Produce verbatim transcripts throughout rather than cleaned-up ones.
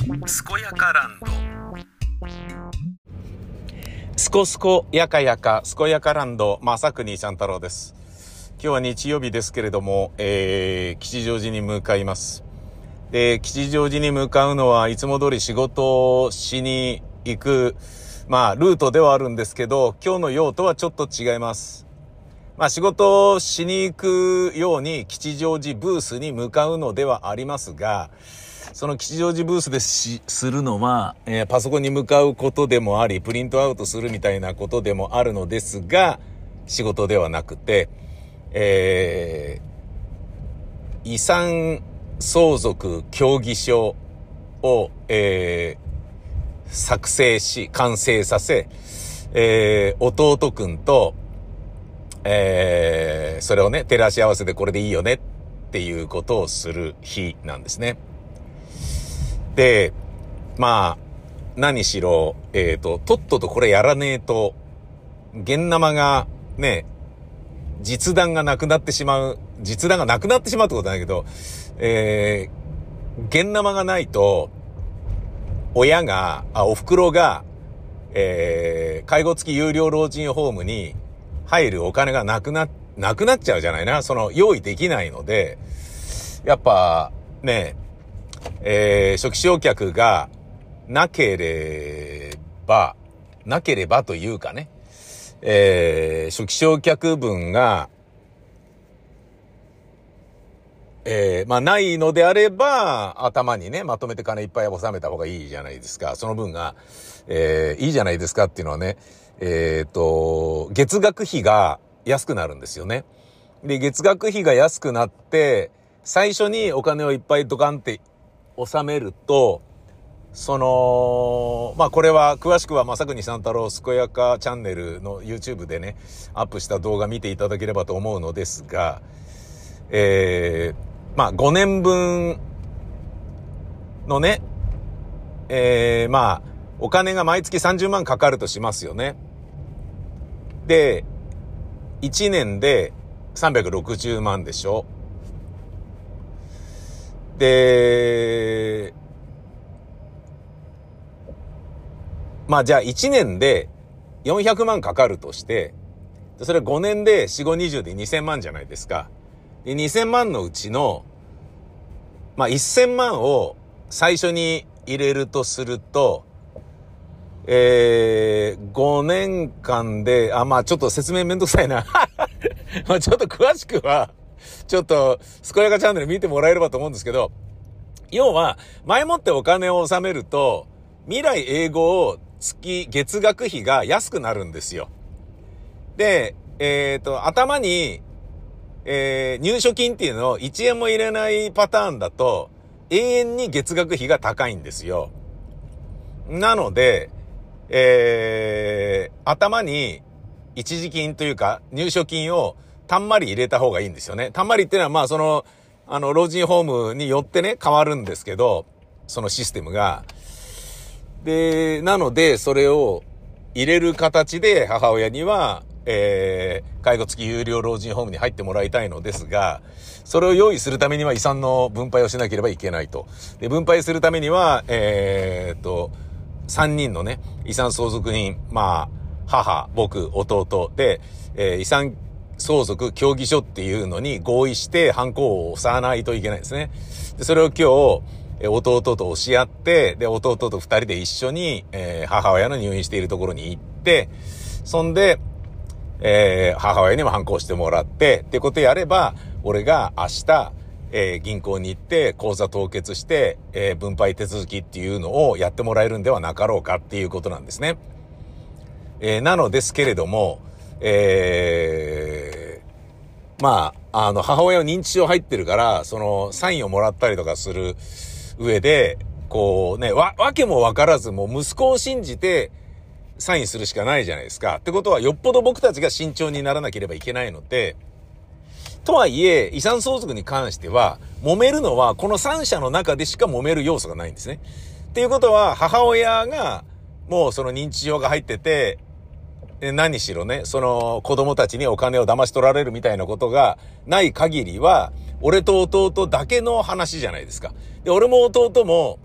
すこやかランド。すこすこやかやかすこやかランド、正国ちゃん太郎です。今日は日曜日ですけれども、えー、吉祥寺に向かいます。で、吉祥寺に向かうのはいつも通り仕事をしに行く、まあ、ルートではあるんですけど、今日の用途はちょっと違います。まあ、仕事をしに行くように吉祥寺ブースに向かうのではありますが、その吉祥寺ブースでするのは、えー、パソコンに向かうことでもあり、プリントアウトするみたいなことでもあるのですが、仕事ではなくて、えー、遺産相続協議書を、えー、作成し、完成させ、えー、弟くんと、えー、それをね、照らし合わせてこれでいいよねっていうことをする日なんですね。で、まあ、何しろ、えっと、とっととこれやらねえと、現生がね、実弾がなくなってしまう、実弾がなくなってしまうってことなんだけど、えー、現生がないと、親が、あ、お袋が、えー、介護付き有料老人ホームに入るお金がなくな、なくなっちゃうじゃないな。その、用意できないので、やっぱ、ね、えー、初期償却がなければ、なければというかね、えー、初期償却分が、えー、まあないのであれば、頭にね、まとめて金いっぱい納めた方がいいじゃないですか。その分が、えー、いいじゃないですかっていうのはね、えっと、月額費が安くなるんですよね。で、月額費が安くなって、最初にお金をいっぱいドカンって納めると、その、まあこれは詳しくは正国さん太郎すこやかチャンネルの YouTube でね、アップした動画見ていただければと思うのですが、えー、まあごねんぶんのね、えー、まあお金が毎月さんじゅうまんかかるとしますよね。で、いちねんでさんびゃくろくじゅうまんでしょ。で、まあじゃあいちねんでよんひゃくまんかかるとして、それごねんでよん、ご、にじゅうでにせんまんじゃないですか。で、にせんまんのうちの、まあせんまんを最初に入れるとすると、えー、ごねんかんで、あ、まあちょっと説明めんどくさいな。まあちょっと詳しくは、ちょっと、すこやかチャンネル見てもらえればと思うんですけど、要は、前もってお金を納めると、未来永劫を月、月額費が安くなるんですよ。で、えっと、頭に、えー、入所金っていうのをいちえんも入れないパターンだと、永遠に月額費が高いんですよ。なので、えー、頭に一時金というか入所金をたんまり入れた方がいいんですよね。たんまりっていうのはまあその、あの、老人ホームによってね、変わるんですけど、そのシステムが。で、なので、それを入れる形で母親には、えー、介護付き有料老人ホームに入ってもらいたいのですが、それを用意するためには遺産の分配をしなければいけないと。で、分配するためには、えーっと、さんにんのね、遺産相続人、まあ、母、僕、弟で、えー、遺産相続協議書っていうのに合意してハンコを押さないといけないですね。で、それを今日、弟と押し合って、で、弟と二人で一緒に、えー、母親の入院しているところに行って、そんで、えー、母親にもハンコをしてもらって、ってことやれば、俺が明日、えー、銀行に行って口座凍結して、えー、分配手続きっていうのをやってもらえるんではなかろうかっていうことなんですね。えー、なのですけれども、えー、まあ、あの、母親は認知症入ってるから、その、サインをもらったりとかする上で、こうね、わ、わけもわからず、もう息子を信じて、サインするしかないじゃないですか。ってことは、よっぽど僕たちが慎重にならなければいけないので、とはいえ、遺産相続に関しては、揉めるのは、このさん社の中でしか揉める要素がないんですね。っていうことは、母親が、もうその認知症が入ってて、何しろね、その子供たちにお金を騙し取られるみたいなことがない限りは、俺と弟だけの話じゃないですか。で、俺も弟も、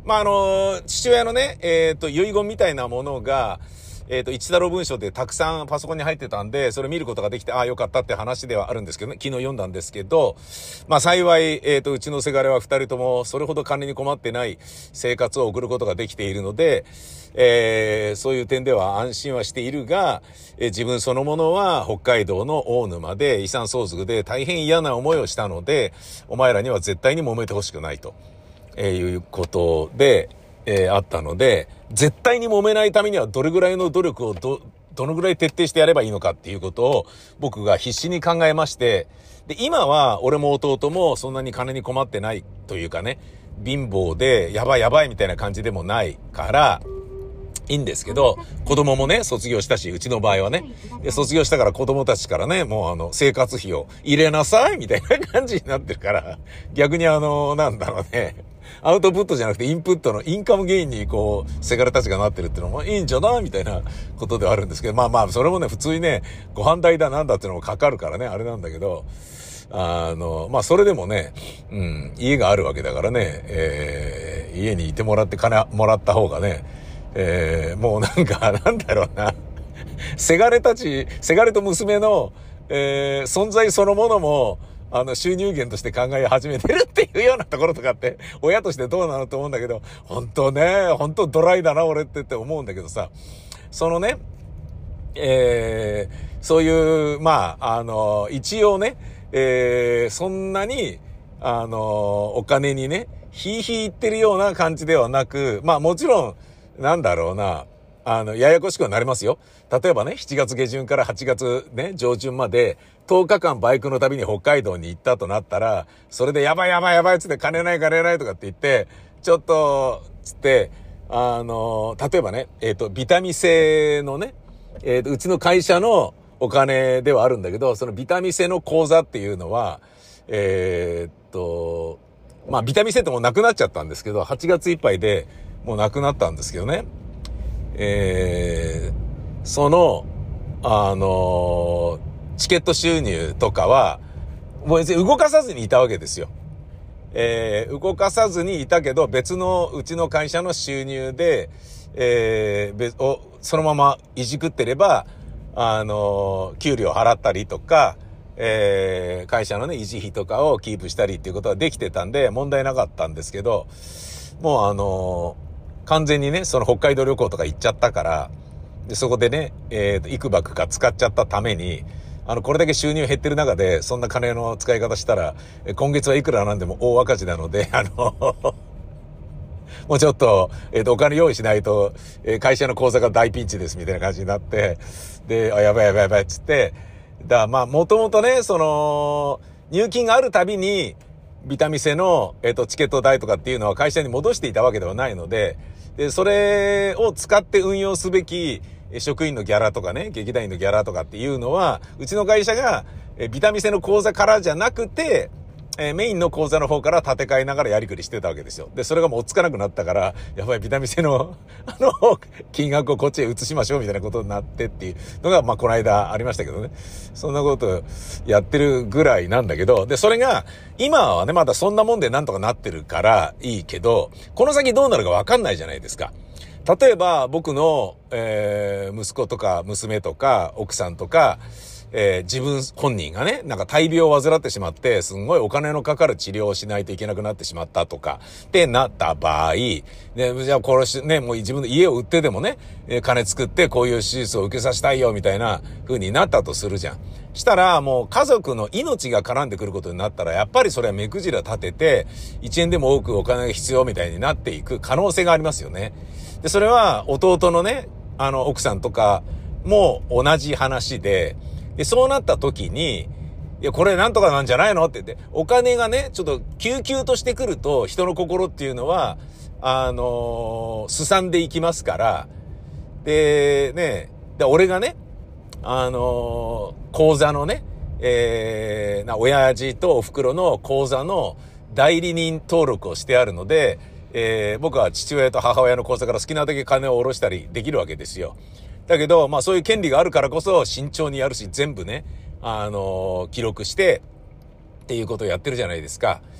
まあ、あの、父親のね、えっと、遺言みたいなものが、えっと、一太郎文書でたくさんパソコンに入ってたんで、それ見ることができて、ああ、よかったって話ではあるんですけどね、昨日読んだんですけど、まあ、幸い、えっと、うちのせがれは二人とも、それほど金に困ってない生活を送ることができているので、えー、そういう点では安心はしているが、えー、自分そのものは北海道の大沼で遺産相続で大変嫌な思いをしたので、お前らには絶対に揉めてほしくないと、えー、いうことで、えー、あったので、絶対に揉めないためにはどれぐらいの努力をど、どのぐらい徹底してやればいいのかっていうことを僕が必死に考えまして、で、今は俺も弟もそんなに金に困ってないというかね、貧乏でやばいやばいみたいな感じでもないから、いいんですけど、子供もね、卒業したし、うちの場合はね、で卒業したから子供たちからね、もうあの、生活費を入れなさいみたいな感じになってるから、逆にあの、なんだろうね、アウトプットじゃなくてインプットのインカムゲインにこう、せがれたちがなってるっていうのもいいんじゃないみたいなことではあるんですけど、まあまあ、それもね、普通にね、ご飯代だなんだっていうのもかかるからね、あれなんだけど、あの、まあ、それでもね、うん、家があるわけだからね、えー、家にいてもらって金もらった方がね、えー、もうなんか、なんだろうな。せがれたち、せがれと娘の、えー、存在そのものも、あの、収入源として考え始めてるっていうようなところとかって、親としてどうなのと思うんだけど、本当ね、本当ドライだな、俺ってって思うんだけどさ、そのね、えー、そういう、まあ、あの、一応ね、えー、そんなに、あの、お金にね、ひいひい言ってるような感じではなく、まあもちろん、なんだろうな、あの、ややこしくはなりますよ。例えばね、しちがつ下旬からはちがつね、上旬まで、とおかかんバイクの旅に北海道に行ったとなったら、それでやばいやばいやばいつって金ない金ないとかって言って、ちょっと、つって、あの、例えばね、えっと、ビタミセのね、えっと、うちの会社のお金ではあるんだけど、そのビタミセの口座っていうのは、えー、っと、まあ、ビタミセってもうなくなっちゃったんですけど、はちがついっぱいでもうなくなったんですけどね。えー、その、あのー、チケット収入とかは、もう別に動かさずにいたわけですよ。えー、動かさずにいたけど、別のうちの会社の収入で、えー、別をそのままいじくってれば、あのー、給料払ったりとか、えー、会社のね、維持費とかをキープしたりっていうことはできてたんで、問題なかったんですけど、もうあのー、完全にね、その北海道旅行とか行っちゃったから、で、そこでね、えー、いくばくか使っちゃったために、あの、これだけ収入減ってる中で、そんな金の使い方したら、今月はいくらなんでも大赤字なので、あの、もうちょっと、えっと、お金用意しないと、えー、会社の口座が大ピンチですみたいな感じになって、で、あ、やばいやばいやばいっつって、だまあ、もともとね、その、入金があるたびに、ビタミセの、えっと、チケット代とかっていうのは会社に戻していたわけではないので、で、それを使って運用すべき職員のギャラとかね、劇団員のギャラとかっていうのは、うちの会社が、えビタミセの口座からじゃなくて、えー、メインの口座の方から立て替えながらやりくりしてたわけですよ。で、それがもう追っつかなくなったから、やばい、ビタミセの、あの、金額をこっちへ移しましょうみたいなことになってっていうのが、まあ、この間ありましたけどね。そんなことやってるぐらいなんだけど、で、それが、今はね、まだそんなもんでなんとかなってるからいいけど、この先どうなるかわかんないじゃないですか。例えば、僕の、えー、息子とか娘とか奥さんとか、えー、自分本人がね、なんか大病を患ってしまって、すんごいお金のかかる治療をしないといけなくなってしまったとか、ってなった場合、ね、じゃあ殺し、ね、もう自分の家を売ってでもね、金作ってこういう手術を受けさせたいよ、みたいな風になったとするじゃん。したら、もう家族の命が絡んでくることになったら、やっぱりそれは目くじら立てて、一円でも多くお金が必要みたいになっていく可能性がありますよね。で、それは弟のね、あの、奥さんとかも同じ話で、で、そうなった時に、いや、これなんとかなんじゃないのって言って、お金がね、ちょっと救急としてくると、人の心っていうのは、あのー、すさんでいきますから、で、ね、で、俺がね、あのー、口座のね、えー、な、親父とお袋の口座の代理人登録をしてあるので、えー、僕は父親と母親の口座から好きなだけ金を下ろしたりできるわけですよ。だけど、まあそういう権利があるからこそ慎重にやるし、全部ね、あのー、記録してっていうことをやってるじゃないですか。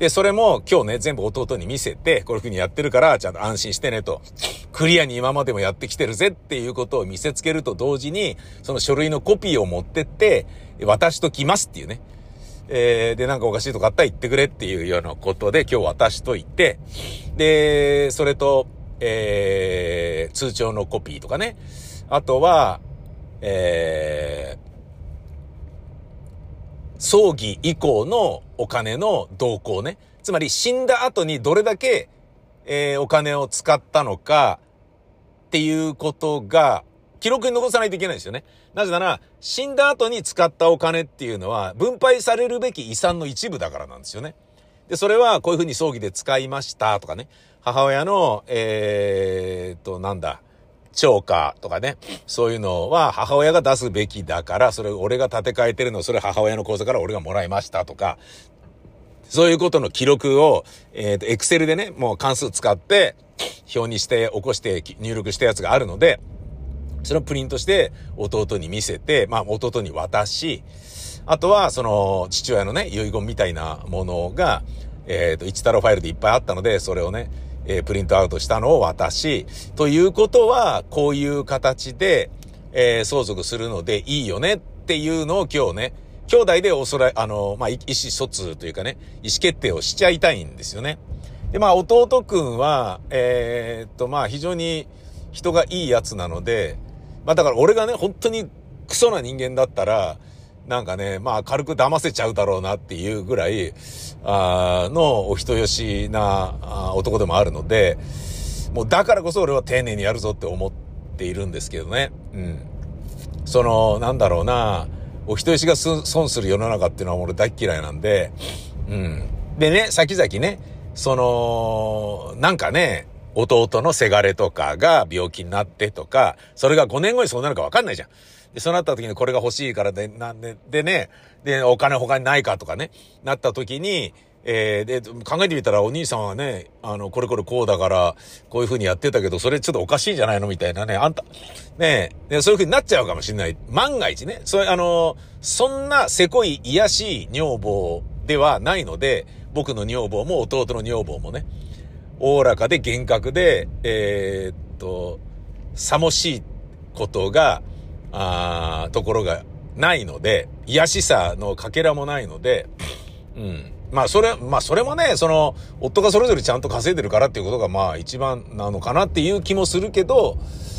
で、それも今日ね、全部弟に見せて、こういう風にやってるから、ちゃんと安心してねと。クリアに今までもやってきてるぜっていうことを見せつけると同時に、その書類のコピーを持ってって、渡しときますっていうね。えー、で、なんかおかしいとこあったら言ってくれっていうようなことで、今日渡しといて、で、それと、えー、通帳のコピーとかね。あとは、えー、葬儀以降のお金の動向ね。つまり死んだ後にどれだけ、えー、お金を使ったのかっていうことが記録に残さないといけないんですよね。なぜなら死んだ後に使ったお金っていうのは分配されるべき遺産の一部だからなんですよね。で、それはこういうふうに葬儀で使いましたとかね。母親の、えーっと、なんだ。超過とかね。そういうのは母親が出すべきだから、それ俺が立て替えてるの、それ母親の口座から俺がもらいましたとか、そういうことの記録を、えっと、エクセルでね、もう関数使って、表にして起こして入力したやつがあるので、それをプリントして弟に見せて、まあ弟に渡し、あとはその父親のね、遺言みたいなものが、えっと、いちタロファイルでいっぱいあったので、それをね、えー、プリントアウトしたのを渡し、ということは、こういう形で、えー、相続するのでいいよねっていうのを今日ね、兄弟でおそら、あの、まあ、意思疎通というかね、意思決定をしちゃいたいんですよね。で、まあ、弟くんは、えー、っと、まあ、非常に人がいいやつなので、まあ、だから俺がね、本当にクソな人間だったら、なんかね、まあ軽く騙せちゃうだろうなっていうぐらい、あのお人よしな男でもあるので、もうだからこそ俺は丁寧にやるぞって思っているんですけどね。うん。その、なんだろうな、お人よしが損する世の中っていうのは俺大っ嫌いなんで、うん。でね、先々ね、その、なんかね、弟のせがれとかが病気になってとか、それがごねんごにそうなるか分かんないじゃん。で、そうなった時にこれが欲しいからで、なんで、でね、で、お金他にないかとかね、なった時に、えー、で、考えてみたらお兄さんはね、あの、これこれこうだから、こういう風にやってたけど、それちょっとおかしいんじゃないのみたいなね、あんた、ねえ、そういう風になっちゃうかもしれない。万が一ね、それ、あの、そんなせこい癒やしい女房ではないので、僕の女房も弟の女房もね、おおらかで厳格で、えー、っと、さもしいことが、あところがないので、癒しさのかけらもないので、うん。まあそれ、まあそれもね、その、夫がそれぞれちゃんと稼いでるからっていうことがまあ一番なのかなっていう気もするけど、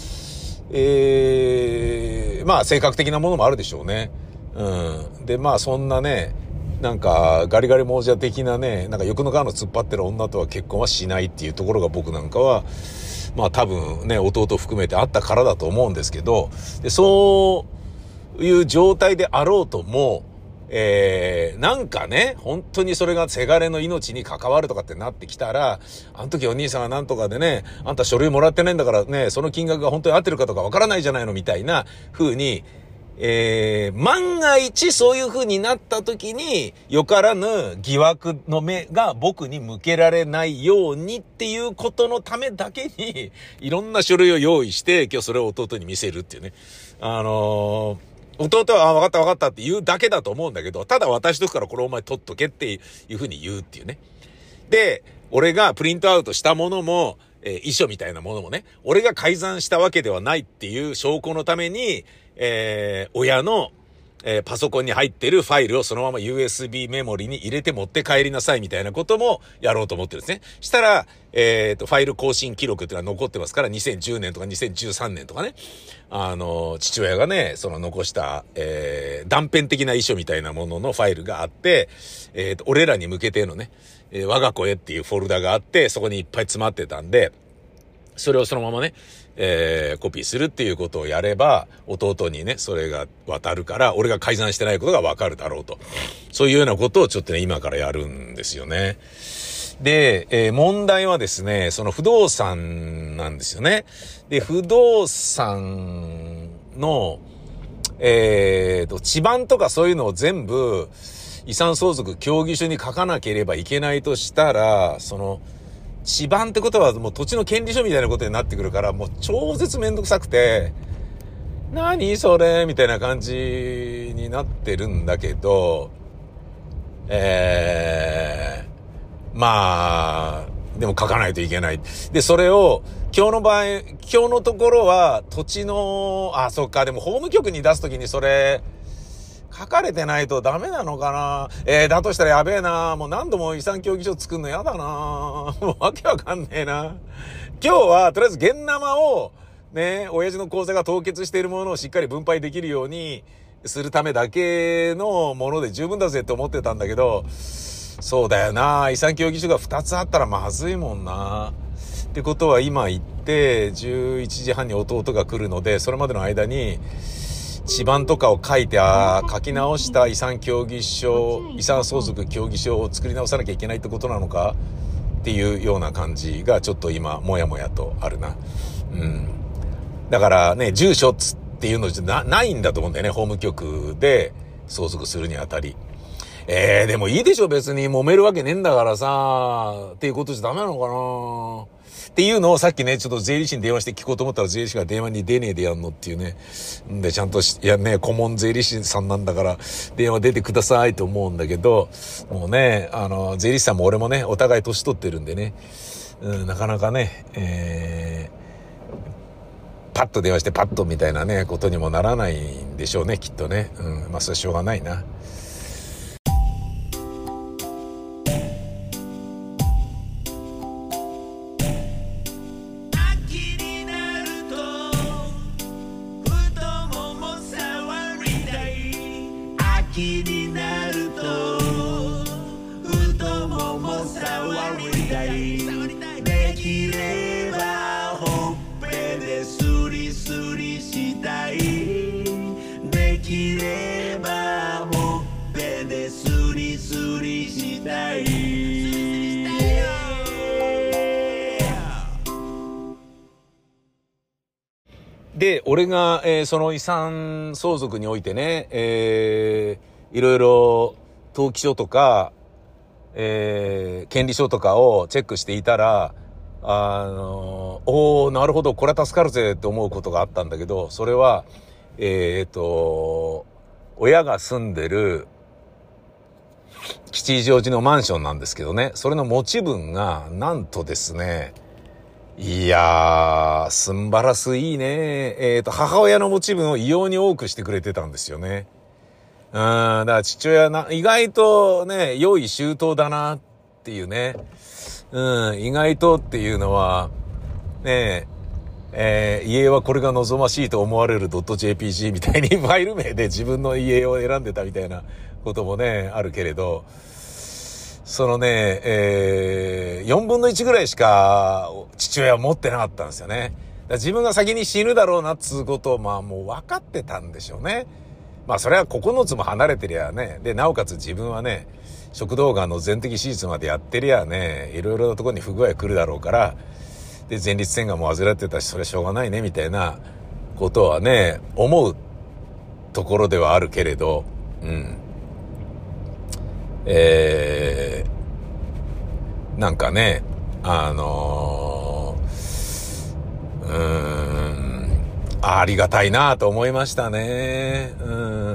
ええー、まあ性格的なものもあるでしょうね。うん。で、まあそんなね、なんかガリガリ亡者的なね、なんか欲の皮の突っ張ってる女とは結婚はしないっていうところが僕なんかは、まあ多分ね、弟含めてあったからだと思うんですけど、でそういう状態であろうとも、えー、なんかね、本当にそれがせがれの命に関わるとかってなってきたら、あの時お兄さんはなんとかでね、あんた書類もらってないんだからね、その金額が本当に合ってるかとかわからないじゃないのみたいな風に、えー、万が一そういう風になった時に、よからぬ疑惑の目が僕に向けられないようにっていうことのためだけに、いろんな書類を用意して、今日それを弟に見せるっていうね。あのー、弟は、あ、分かった分かったって言うだけだと思うんだけど、ただ渡しとくからこれお前取っとけっていう風に言うっていうね。で、俺がプリントアウトしたものも、えー、遺書みたいなものもね、俺が改ざんしたわけではないっていう証拠のために、えー、親の、えー、パソコンに入ってるファイルをそのまま ユーエスビー メモリに入れて持って帰りなさいみたいなこともやろうと思ってるんですね。したら、えーと、ファイル更新記録っていうのは残ってますから、にせんじゅうねんとかにせんじゅうさんねんとかね、あの、父親がね、その残した、えー、断片的な遺書みたいなもののファイルがあって、えーと、俺らに向けてのね、えー、我が子へっていうフォルダがあって、そこにいっぱい詰まってたんで、それをそのままね、えー、コピーするっていうことをやれば、弟にね、それが渡るから、俺が改ざんしてないことがわかるだろうと。そういうようなことをちょっとね、今からやるんですよね。で、えー、問題はですね、その不動産なんですよね。で、不動産の、えーと、地盤とかそういうのを全部、遺産相続協議書に書かなければいけないとしたら、その、地盤ってことはもう土地の権利書みたいなことになってくるから、もう超絶めんどくさくて、何それみたいな感じになってるんだけど、えまあ、でも書かないといけない。で、それを、今日の場合、今日のところは、土地の、あ、そっか、でも法務局に出すときにそれ、書かれてないとダメなのかな。えー、だとしたらやべえな。もう何度も遺産協議書作るのやだな。もうわけわかんねえな。今日は、とりあえず現生を、ね、親父の口座が凍結しているものをしっかり分配できるようにするためだけのもので十分だぜって思ってたんだけど、そうだよな。遺産協議書がふたつあったらまずいもんな。ってことは今行って、じゅういちじはんに弟が来るので、それまでの間に、地盤とかを書いて、あ書き直した遺産協議書、遺産相続協議書を作り直さなきゃいけないってことなのかっていうような感じがちょっと今、もやもやとあるな。うん。だからね、住所っていうのじゃ な, ないんだと思うんだよね、法務局で相続するにあたり。えー、でもいいでしょ、別に揉めるわけねえんだからさ、っていうことじゃダメなのかなっていうのをさっきね、ちょっと税理士に電話して聞こうと思ったら税理士が電話に出ねえでやんのっていうね。んで、ちゃんとし、いやね、顧問税理士さんなんだから電話出てくださいと思うんだけど、もうね、あの、税理士さんも俺もね、お互い年取ってるんでね、うん、なかなかね、えー、パッと電話してパッとみたいなね、ことにもならないんでしょうね、きっとね。うん、まあそれはしょうがないな。 気になると太もも触りたいできればほっぺでスリスリしたいできればほっぺでスリスリしたいで、俺が、えー、その遺産相続においてね、えー、いろいろ登記書とか、えー、権利書とかをチェックしていたら、あの、おー、なるほど、これは助かるぜって思うことがあったんだけど、それは、えー、っと、親が住んでる吉祥寺のマンションなんですけどね、それの持ち分が、なんとですね、いやー、すんばらすいいね。えっと、母親の持ち分を異様に多くしてくれてたんですよね。うん、だから父親な、意外とね、良い周到だなっていうね。うん、意外とっていうのは、ねえ、えー、家はこれが望ましいと思われる .jpg みたいにファイル名で自分の家を選んでたみたいなこともね、あるけれど、そのね、えー、よんぶんのいちぐらいしか父親は持ってなかったんですよね。だから自分が先に死ぬだろうなっつうことをまあもう分かってたんでしょうね。まあそれはここのつも離れてりゃね。で、なおかつ自分はね、食道がんの全摘手術までやってりゃね、いろいろなところに不具合来るだろうから、で、前立腺がんも患ってたし、それはしょうがないね、みたいなことはね、思うところではあるけれど、うん。えー、なんかね、あのー、うーん、ありがたいなと思いましたね。うん。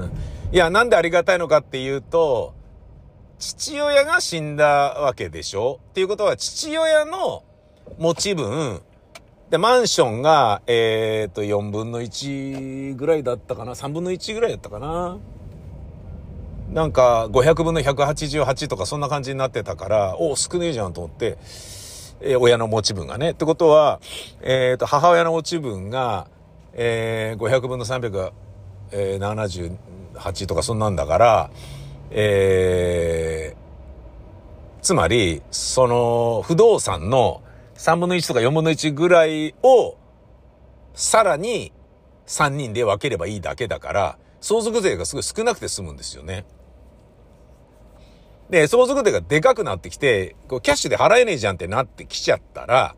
いや、なんでありがたいのかっていうと、父親が死んだわけでしょっていうことは、父親の持ち分、で、マンションが、えーと、よんぶんのいちぐらいだったかな ?さんぶんのいちぐらいだったかななんか、ごひゃくぶんのひゃくはちじゅうはちとかそんな感じになってたから、お、少ねえじゃんと思って、えー、親の持ち分がね。ってことは、えーと、母親の持ち分が、えー、ごひゃくぶんのさんびゃくななじゅうはちとかそんなんだから、えー、つまり、その、不動産のさんぶんのいちとかよんぶんのいちぐらいを、さらにさんにんで分ければいいだけだから、相続税がすごい少なくて済むんですよね。で、相続税がでかくなってきて、こうキャッシュで払えねえじゃんってなってきちゃったら、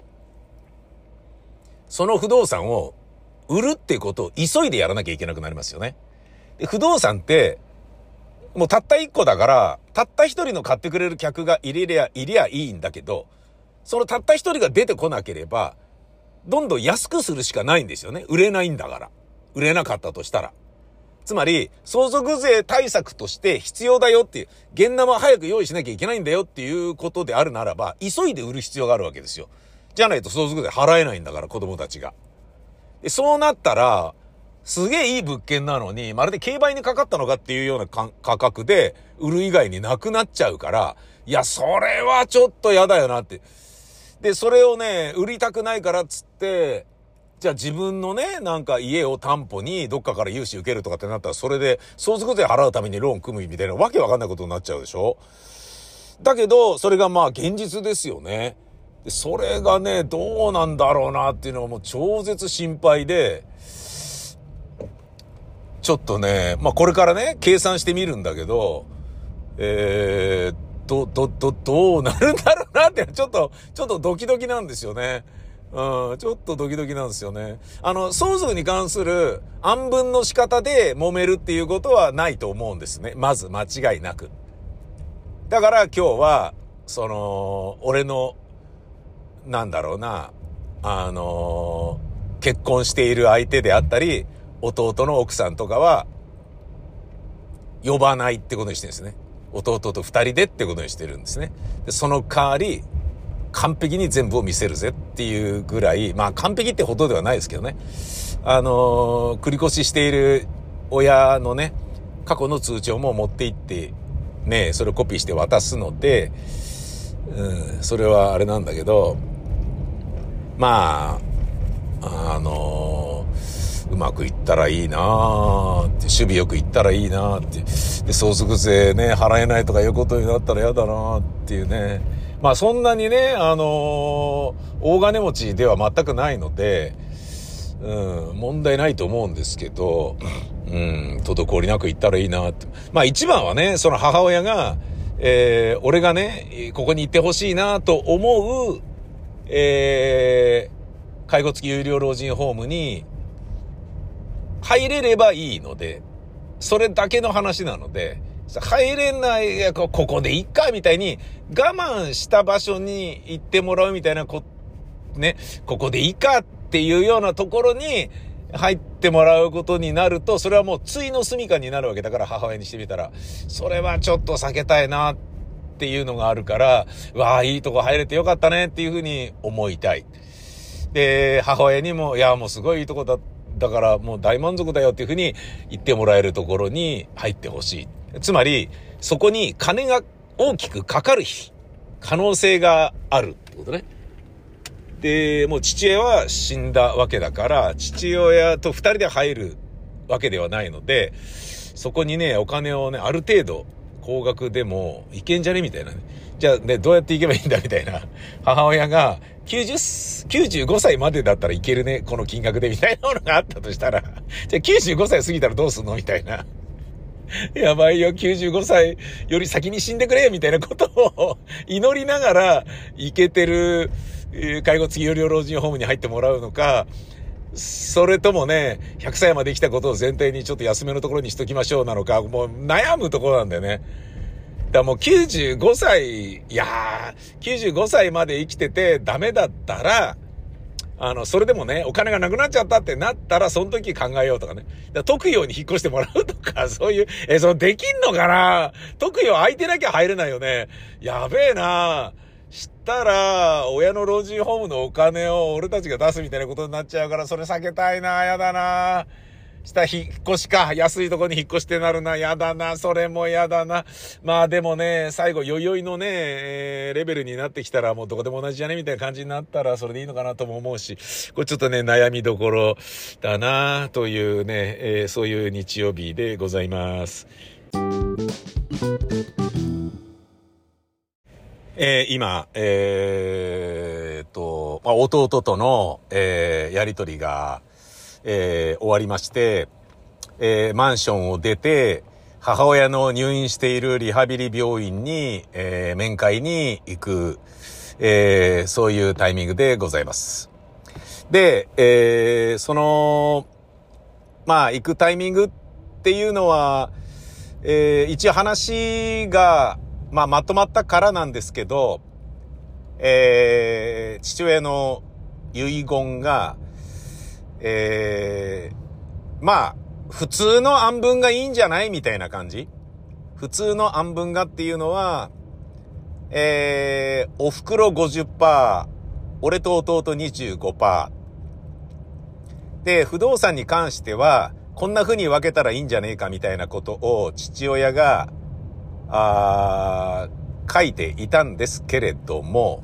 その不動産を売るっていうことを急いでやらなきゃいけなくなりますよね。で、不動産って、もうたった一個だから、たった一人の買ってくれる客がいれりゃ、いりゃいいんだけど、そのたった一人が出てこなければ、どんどん安くするしかないんですよね。売れないんだから。売れなかったとしたら。 つまり、相続税対策として必要だよっていう、現ナマ早く用意しなきゃいけないんだよっていうことであるならば、急いで売る必要があるわけですよ。じゃないと相続税払えないんだから、子供たちが。で、そうなったら、すげえいい物件なのに、まるで競売にかかったのかっていうような価格で、売る以外になくなっちゃうから、いや、それはちょっとやだよなって。で、それをね、売りたくないからっつって、じゃあ自分のね、なんか家を担保にどっかから融資受けるとかってなったら、それで相続税払うためにローン組むみたいなわけわかんないことになっちゃうでしょ。だけど、それがまあ現実ですよね。でそれがね、どうなんだろうなっていうのはもう超絶心配で、ちょっとね、まあこれからね、計算してみるんだけど、えー、ど、ど、ど、どうなるんだろうなって、ちょっと、ちょっとドキドキなんですよね。うん、ちょっとドキドキなんですよね。あの、相続に関する暗分の仕方で揉めるっていうことはないと思うんですね。まず間違いなく。だから今日は、その、俺の、なんだろうな、あの、結婚している相手であったり、弟の奥さんとかは、呼ばないってことにしてるんですね。弟と二人でってことにしてるんですね。でその代わり、完璧に全部を見せるぜっていうぐらい、まあ完璧ってほどではないですけどね。あのー、繰り越ししている親のね、過去の通帳も持って行って、ね、それをコピーして渡すので、うん、それはあれなんだけど、まあ、あのー、うまくいったらいいなーって、守備よくいったらいいなーって、で、相続税ね、払えないとかいうことになったら嫌だなーっていうね。まあそんなにね、あのー、大金持ちでは全くないので、うん、問題ないと思うんですけど、うん、滞りなくいったらいいなって。まあ一番はね、その母親が、えー、俺がね、ここに行ってほしいなと思う、えー、介護付き有料老人ホームに入れればいいので、それだけの話なので、入れない、ここでいいかみたいに我慢した場所に行ってもらうみたいなこ、ね、ここでいいかっていうようなところに入ってもらうことになると、それはもうついの住処になるわけだから、母親にしてみたら。それはちょっと避けたいなっていうのがあるから、わあ、いいとこ入れてよかったねっていうふうに思いたい。で、母親にも、いや、もうすごいいいとこだ、だからもう大満足だよっていうふうに言ってもらえるところに入ってほしい。つまり、そこに金が大きくかかる可能性があるってことね。で、もう父親は死んだわけだから、父親と二人で入るわけではないので、そこにね、お金をね、ある程度、高額でもいけんじゃねみたいなね。じゃあね、どうやっていけばいいんだみたいな。母親がきゅうじゅう、きゅうじゅうごさいまでだったらいけるね、この金額でみたいなものがあったとしたら、じゃあきゅうじゅうごさい過ぎたらどうすんのみたいな。やばいよ、きゅうじゅうごさいより先に死んでくれみたいなことを祈りながらいけてる介護付き有料老人ホームに入ってもらうのか、それともね、ひゃくさいまで生きたことを前提にちょっと安めのところにしときましょうなのか、もう悩むところなんだよね。だからもうきゅうじゅうごさい、いやー、きゅうじゅうごさいまで生きててダメだったら、あの、それでもね、お金がなくなっちゃったってなったら、その時考えようとかね。だから特養に引っ越してもらうとか、そういう、え、その、できんのかな？特養空いてなきゃ入れないよね。やべえな。したら、親の老人ホームのお金を俺たちが出すみたいなことになっちゃうから、それ避けたいな。やだな。した引っ越しか。安いとこに引っ越してなるな。やだな。それもやだな。まあでもね、最後、よいよいのね、えー、レベルになってきたら、もうどこでも同じじゃねみたいな感じになったら、それでいいのかなとも思うし、これちょっとね、悩みどころだなというね、えー、そういう日曜日でございます。えー、今、えー、っと、まあ、弟との、えー、やりとりが、えー、終わりまして、えー、マンションを出て、母親の入院しているリハビリ病院に、えー、面会に行く、えー、そういうタイミングでございます。で、えー、その、まあ、行くタイミングっていうのは、えー、一応話が、まあ、まとまったからなんですけど、えー、父親の遺言が、えー、まあ、 普通の案分がいいんじゃないみたいな感じ。普通の案分がっていうのは、えー、お袋 ごじゅっパーセント、俺と弟 にじゅうごパーセント。で、不動産に関しては、こんな風に分けたらいいんじゃねえかみたいなことを父親が、あー、書いていたんですけれども、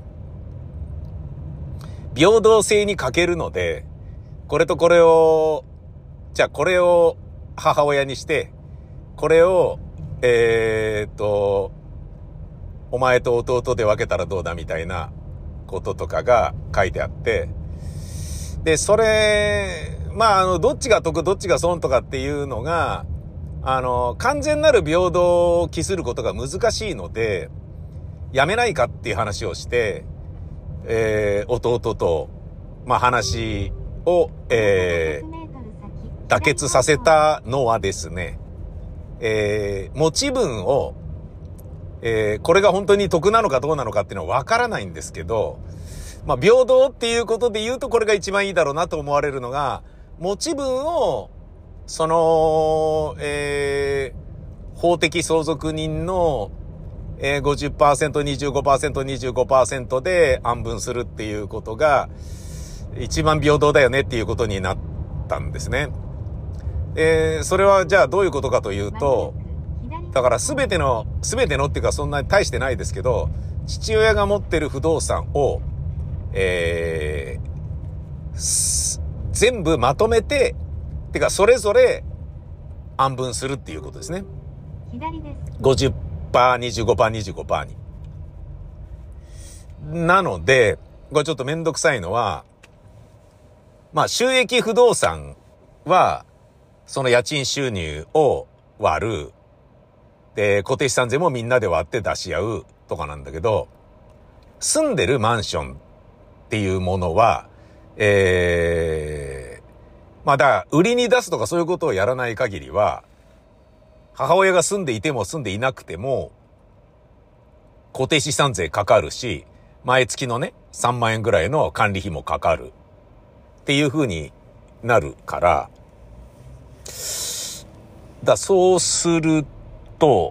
平等性に欠けるので、これとこれを、じゃあこれを母親にして、これを、えーっと、お前と弟で分けたらどうだみたいなこととかが書いてあって、で、それ、まあ、あの、どっちが得、どっちが損とかっていうのが、あの、完全なる平等を期することが難しいので、やめないかっていう話をして、えー、弟と、まあ、話を、えー、妥結させたのはですね、えー、持ち分を、えー、これが本当に得なのかどうなのかっていうのは分からないんですけど、まあ、平等っていうことで言うとこれが一番いいだろうなと思われるのが、持ち分を、その、えー、法的相続人の、えー、ごじゅっパーセント、にじゅうごパーセント、にじゅうごパーセント で安分するっていうことが、一番平等だよねっていうことになったんですね。えー、それはじゃあどういうことかというと、だからすべての、すべてのっていうかそんなに大してないですけど、父親が持ってる不動産を、えー、全部まとめて、てかそれぞれ安分するっていうことですね。左です。ごじゅっパーセント、にじゅうごパーセント、にじゅうごパーセント に。なので、これちょっとめんどくさいのは、まあ収益不動産は、その家賃収入を割る。で、固定資産税もみんなで割って出し合うとかなんだけど、住んでるマンションっていうものは、えー、まあだから売りに出すとかそういうことをやらない限りは、母親が住んでいても住んでいなくても、固定資産税かかるし、毎月のね、さんまんえんぐらいの管理費もかかる。っていう風になるから、だそうすると、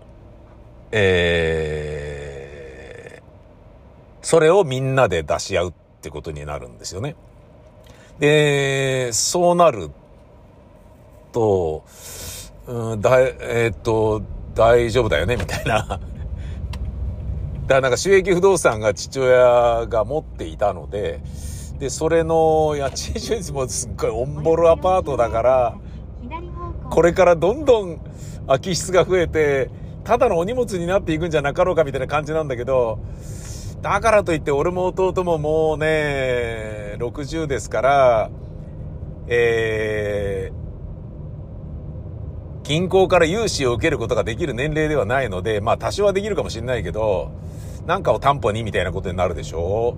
えー、それをみんなで出し合うってことになるんですよね。で、そうなると、うん、だえー、っと、大丈夫だよねみたいな。だからなんか収益不動産が父親が持っていたので、で、それの家賃収入もすっごいオンボロアパートだから、これからどんどん空き室が増えて、ただのお荷物になっていくんじゃなかろうかみたいな感じなんだけど、だからといって俺も弟ももうね、ろくじゅうですから、えー、銀行から融資を受けることができる年齢ではないので、まあ多少はできるかもしれないけど、なんかを担保にみたいなことになるでしょ。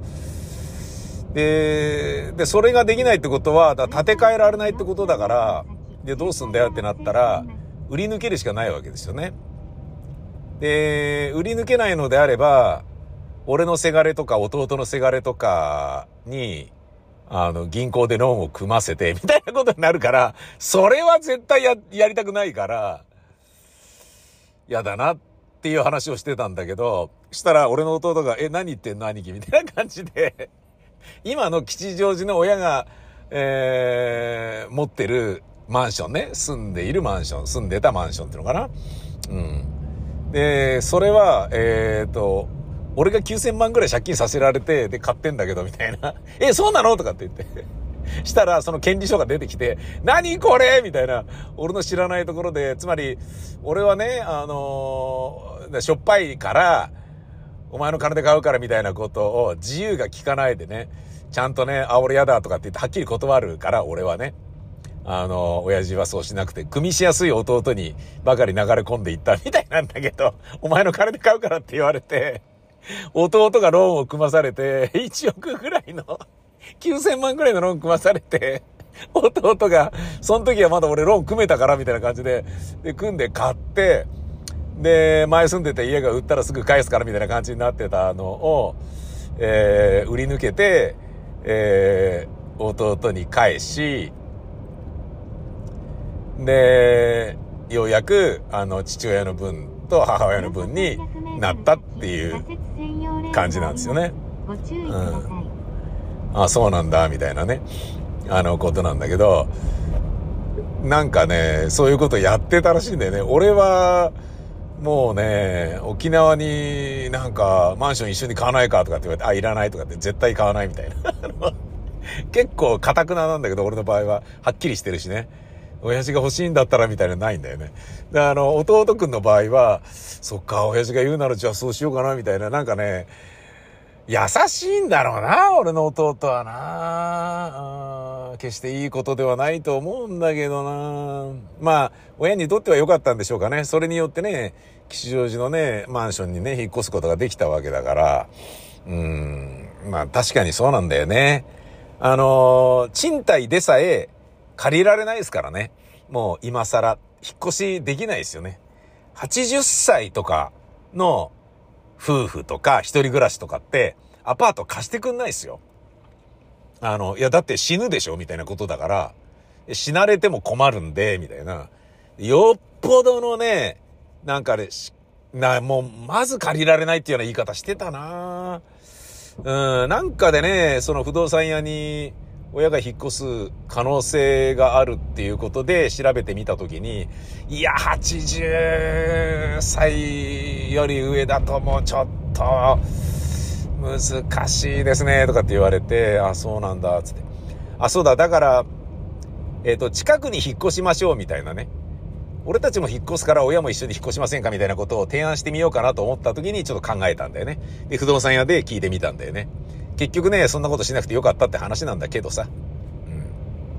で、で、それができないってことは、だ建て替えられないってことだから、で、どうすんだよってなったら、売り抜けるしかないわけですよね。で、売り抜けないのであれば、俺のせがれとか弟のせがれとかに、あの、銀行でローンを組ませて、みたいなことになるから、それは絶対や、やりたくないから、やだなっていう話をしてたんだけど、したら俺の弟が、え、何言ってんの兄貴みたいな感じで、今の吉祥寺の親が、えー、持ってるマンションね、住んでいるマンション、住んでたマンションっていうのかな。うん。で、それは、えーと、俺がきゅうせんまんぐらい借金させられて、で、買ってんだけど、みたいな。え、そうなのとかって言って。したら、その権利書が出てきて、何これみたいな。俺の知らないところで、つまり、俺はね、あのー、しょっぱいから、お前の金で買うからみたいなことを自由が利かないでね、ちゃんとね、あ、俺やだとかって言ってはっきり断るから、俺はね。あの、親父はそうしなくて、組みしやすい弟にばかり流れ込んでいったみたいなんだけど、お前の金で買うからって言われて、弟がローンを組まされて、いちおくぐらいの、きゅうせんまんぐらいのローン組まされて、弟が、その時はまだ俺ローン組めたからみたいな感じで、で、組んで買って、で、前住んでた家が売ったらすぐ返すからみたいな感じになってたのを、えー、売り抜けて、えー、弟に返し、 で、ようやく、あの、父親の分と母親の分になったっていう感じなんですよね。うん。あ、そうなんだ、みたいなね、あの、ことなんだけど、なんかね、そういうことやってたらしいんだよね。俺は、もうね、沖縄になんかマンション一緒に買わないかとかって言われて、あ、いらないとかって絶対買わないみたいな。結構堅くななんだけど、俺の場合ははっきりしてるしね。親父が欲しいんだったらみたいなのないんだよね。で、あの、弟くんの場合は、そっか、親父が言うならじゃあそうしようかなみたいな、なんかね、優しいんだろうな、俺の弟はな。決していいことではないと思うんだけどな。まあ、親にとっては良かったんでしょうかね。それによってね、吉祥寺のね、マンションにね、引っ越すことができたわけだから、うーん、まあ確かにそうなんだよね。あのー、賃貸でさえ借りられないですからね。もう今更、引っ越しできないですよね。はちじゅっさいとかの夫婦とか一人暮らしとかってアパート貸してくんないですよ。あの、いやだって死ぬでしょみたいなことだから、死なれても困るんで、みたいな。よっぽどのね、なんかね、な、もうまず借りられないっていうような言い方してたな。うん、なんかでね、その不動産屋に親が引っ越す可能性があるっていうことで調べてみたときに、いや、はちじゅっさいより上だともうちょっと難しいですねとかって言われて、あ、そうなんだつって、あ、そうだ、だからえっと近くに引っ越しましょうみたいなね、俺たちも引っ越すから親も一緒に引っ越しませんかみたいなことを提案してみようかなと思った時にちょっと考えたんだよね。で、不動産屋で聞いてみたんだよね。結局ね、そんなことしなくてよかったって話なんだけどさ。うん。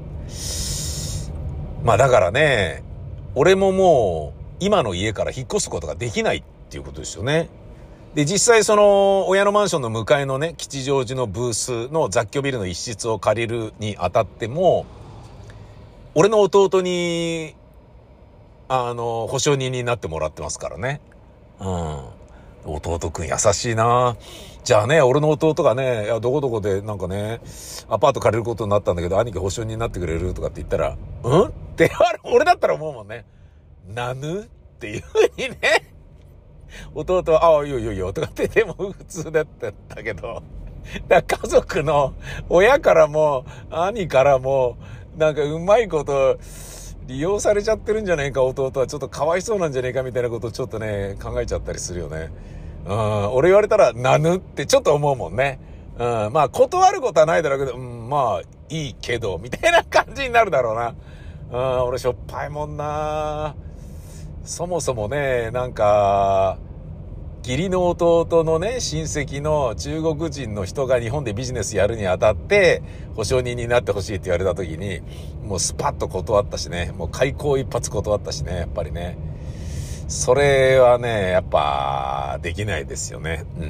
まあだからね、俺ももう今の家から引っ越すことができないっていうことですよね。で、実際その親のマンションの向かいのね、吉祥寺のブースの雑居ビルの一室を借りるにあたっても、俺の弟にあの、保証人になってもらってますからね。うん。弟くん優しいな。じゃあね、俺の弟がね、いや、どこどこでなんかね、アパート借りることになったんだけど、兄貴保証人になってくれるとかって言ったら、うんって言われ、俺だったら思うもんね。なぬっていう風にね。弟は、ああ、いいよいいよいいよとかって、でも普通だったけど。だから家族の、親からも、兄からも、なんかうまいこと、利用されちゃってるんじゃねえか、弟はちょっとかわいそうなんじゃねえかみたいなことをちょっとね考えちゃったりするよね。うん、俺言われたらなぬってちょっと思うもんね。うん、まあ断ることはないだろうけど、うん、まあいいけどみたいな感じになるだろうな。うん、俺しょっぱいもんな。そもそもね、なんか義理の弟のね、親戚の中国人の人が日本でビジネスやるにあたって保証人になってほしいって言われた時に、もうスパッと断ったしね、もう開口一発断ったしね、やっぱりね。それはね、やっぱできないですよね。うん、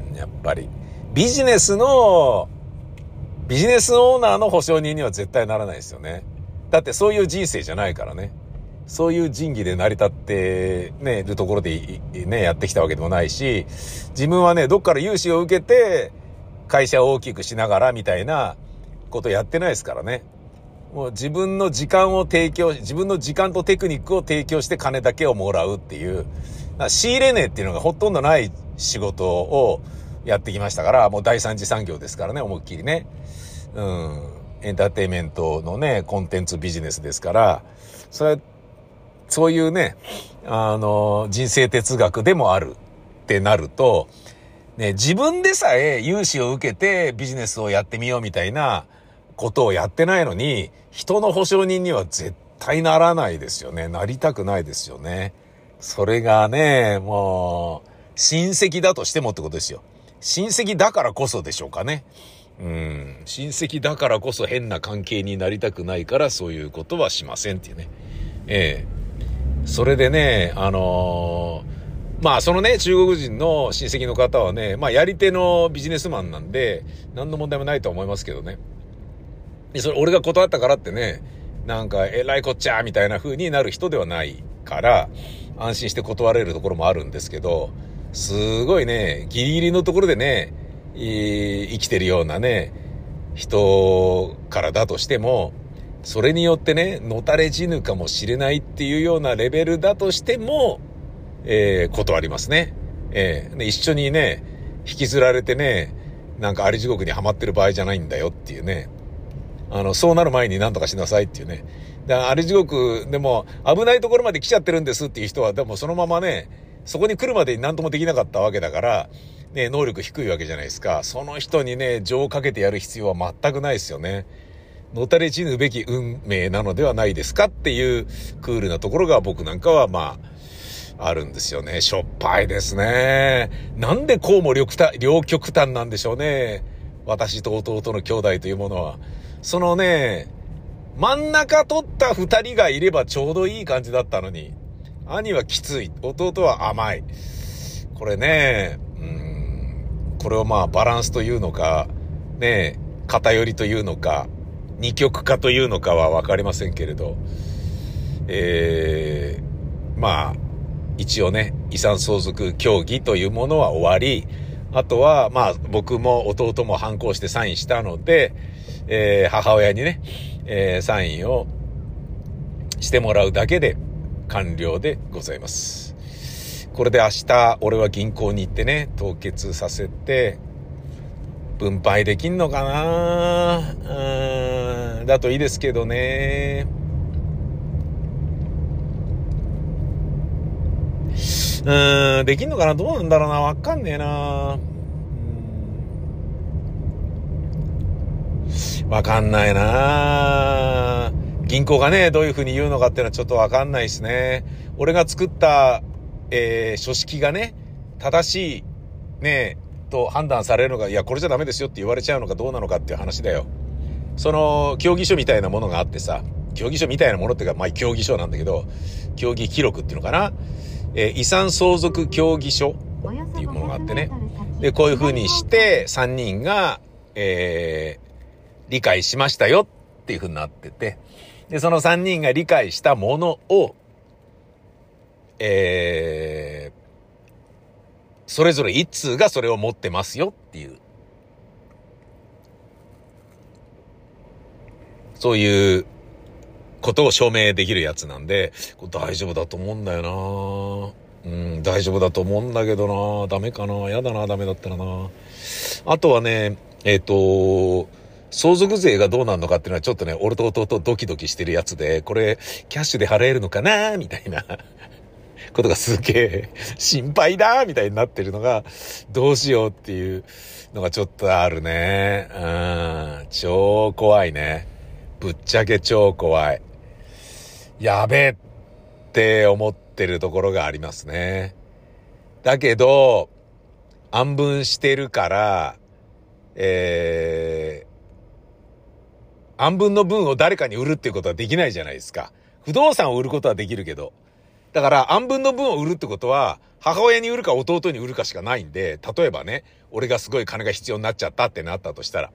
やっぱりビジネスのビジネスオーナーの保証人には絶対ならないですよね。だってそういう人生じゃないからね。そういう仁義で成り立ってね、るところでね、やってきたわけでもないし、自分はね、どっから融資を受けて、会社を大きくしながらみたいなことやってないですからね。もう自分の時間を提供、自分の時間とテクニックを提供して金だけをもらうっていう、仕入れ値っていうのがほとんどない仕事をやってきましたから、もう第三次産業ですからね、思いっきりね。うん。エンターテインメントのね、コンテンツビジネスですから、それそういうね、あの、人生哲学でもあるってなると、ね、自分でさえ融資を受けてビジネスをやってみようみたいなことをやってないのに、人の保証人には絶対ならないですよね。なりたくないですよね。それがね、もう、親戚だとしてもってことですよ。親戚だからこそでしょうかね。うん、親戚だからこそ変な関係になりたくないからそういうことはしませんっていうね。ええ。それでね、あのー、まあそのね、中国人の親戚の方はね、まあやり手のビジネスマンなんで、何の問題もないと思いますけどね。で、それ俺が断ったからってね、なんかえらいこっちゃみたいな風になる人ではないから、安心して断れるところもあるんですけど、すごいね、ギリギリのところでね、生きてるようなね、人からだとしても、 それによってね、のたれ死ぬかもしれないっていうようなレベルだとしても、えー、断りますね。えー、で一緒にね、引きずられてね、なんかあり地獄にはまってる場合じゃないんだよっていうね。あの、そうなる前に何とかしなさいっていうね。だからあり地獄でも危ないところまで来ちゃってるんですっていう人は、でもそのままね、そこに来るまでに何ともできなかったわけだから、ね、能力低いわけじゃないですか。その人にね、情をかけてやる必要は全くないですよね。のたれ死ぬべき運命なのではないですかっていうクールなところが僕なんかはまあ、あるんですよね。しょっぱいですね。なんでこうも両極端なんでしょうね。私と弟の兄弟というものは。そのね、真ん中取った二人がいればちょうどいい感じだったのに、兄はきつい、弟は甘い。これね、うーん、これをまあバランスというのか、ね、偏りというのか、二極化というのかはわかりませんけれど、えー、まあ、一応ね、遺産相続協議というものは終わり、あとは、まあ、僕も弟も反抗してサインしたので、えー、母親にね、えー、サインをしてもらうだけで完了でございます。これで明日、俺は銀行に行ってね、凍結させて、分配できんのかな？うーん、だといいですけどね。うーん、できんのかな？どうなんだろうな？わかんねえな。わかんないな。銀行がね、どういう風に言うのかっていうのはちょっとわかんないですね。俺が作った、えー、書式がね、正しい、ね、と判断されるのが、いや、これじゃダメですよって言われちゃうのかどうなのかっていう話だよ。その、協議書みたいなものがあってさ、協議書みたいなものっていうか、まあ、協議書なんだけど、協議記録っていうのかな。えー、遺産相続協議書っていうものがあってね。で、こういう風にして、さんにんが、えー、理解しましたよっていう風になってて、で、そのさんにんが理解したものを、えー、それぞれ一通がそれを持ってますよっていう、そういうことを証明できるやつなんで、これ大丈夫だと思うんだよな。うん、大丈夫だと思うんだけどな。ダメかな。やだな、ダメだったらな。あとはね、えっと、相続税がどうなるのかっていうのはちょっとね、俺と弟ドキドキしてるやつで、これキャッシュで払えるのかなみたいなことがすげえ心配だみたいになってるのが、どうしようっていうのがちょっとあるね。うん、超怖いね。ぶっちゃけ超怖い。やべえって思ってるところがありますね。だけど、安分してるから、えー、安分の分を誰かに売るっていうことはできないじゃないですか。不動産を売ることはできるけど。だから安分の分を売るってことは、母親に売るか弟に売るかしかないんで、例えばね、俺がすごい金が必要になっちゃったってなったとしたら。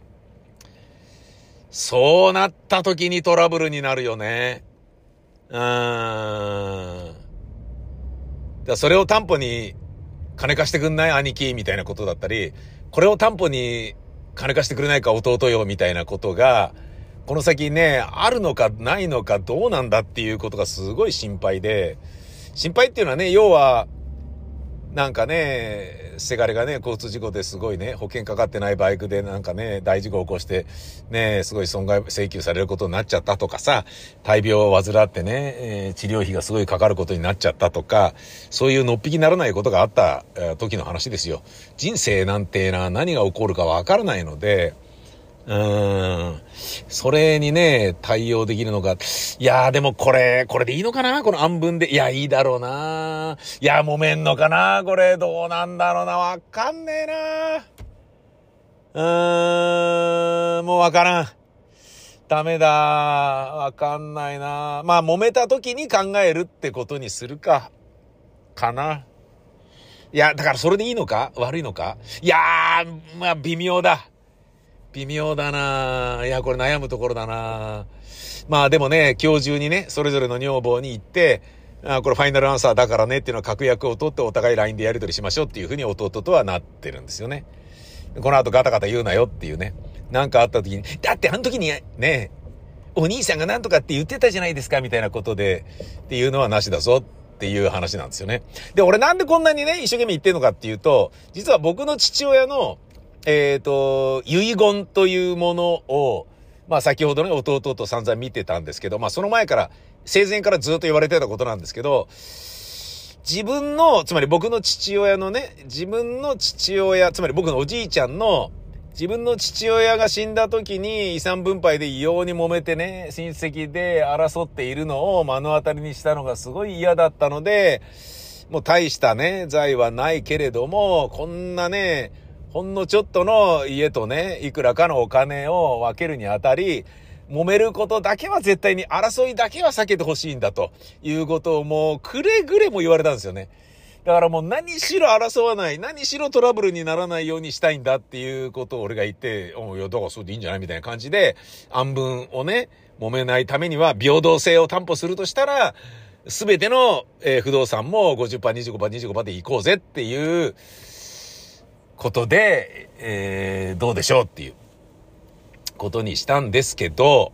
そうなった時にトラブルになるよね。うーん。だからそれを担保に金貸してくんない兄貴みたいなことだったり、これを担保に金貸してくれないか弟よみたいなことが、この先ね、あるのかないのかどうなんだっていうことがすごい心配で、心配っていうのはね、要は、なんかね、せがれがね、交通事故ですごいね、保険かかってないバイクでなんかね、大事故を起こして、ね、すごい損害請求されることになっちゃったとかさ、大病を患ってね、えー、治療費がすごいかかることになっちゃったとか、そういうのっぴきならないことがあった、えー、時の話ですよ。人生なんてな、何が起こるかわからないので、うーん。それにね、対応できるのか。いやーでもこれ、これでいいのかな？この暗分で。いや、いいだろうな。いや、揉めんのかな？これ、どうなんだろうな。わかんねえな。うーん、もうわからん。ダメだ。わかんないな。まあ、揉めた時に考えるってことにするか。かな。いや、だからそれでいいのか？悪いのか？いやー、まあ、微妙だ。微妙だな。いや、これ悩むところだな。まあでもね、今日中にね、それぞれの女房に行って、あ、これファイナルアンサーだからねっていうのを確約を取ってお互い ライン でやり取りしましょうっていうふうに弟とはなってるんですよね。この後ガタガタ言うなよっていうね。なんかあった時に、だってあの時にね、 お兄さんがなんとかって言ってたじゃないですかみたいなことでっていうのはなしだぞっていう話なんですよね。で、俺なんでこんなにね、一生懸命言ってるのかっていうと、実は僕の父親の、えっと、遺言というものを、まあ先ほどね、弟と散々見てたんですけど、まあその前から、生前からずっと言われてたことなんですけど、自分の、つまり僕の父親のね、自分の父親、つまり僕のおじいちゃんの、自分の父親が死んだ時に遺産分配で異様に揉めてね、親戚で争っているのを目の当たりにしたのがすごい嫌だったので、もう大したね、財はないけれども、こんなね、ほんのちょっとの家とね、いくらかのお金を分けるにあたり、揉めることだけは絶対に、争いだけは避けてほしいんだということをもうくれぐれも言われたんですよね。だからもう何しろ争わない、何しろトラブルにならないようにしたいんだっていうことを俺が言って、おいや、だからそれでいいんじゃないみたいな感じで、暗分をね、揉めないためには平等性を担保するとしたら、すべての、えー、不動産も ごじゅっパーセント、にじゅうごパーセント、にじゅうごパーセント で行こうぜっていうことで、えー、どうでしょうっていうことにしたんですけど、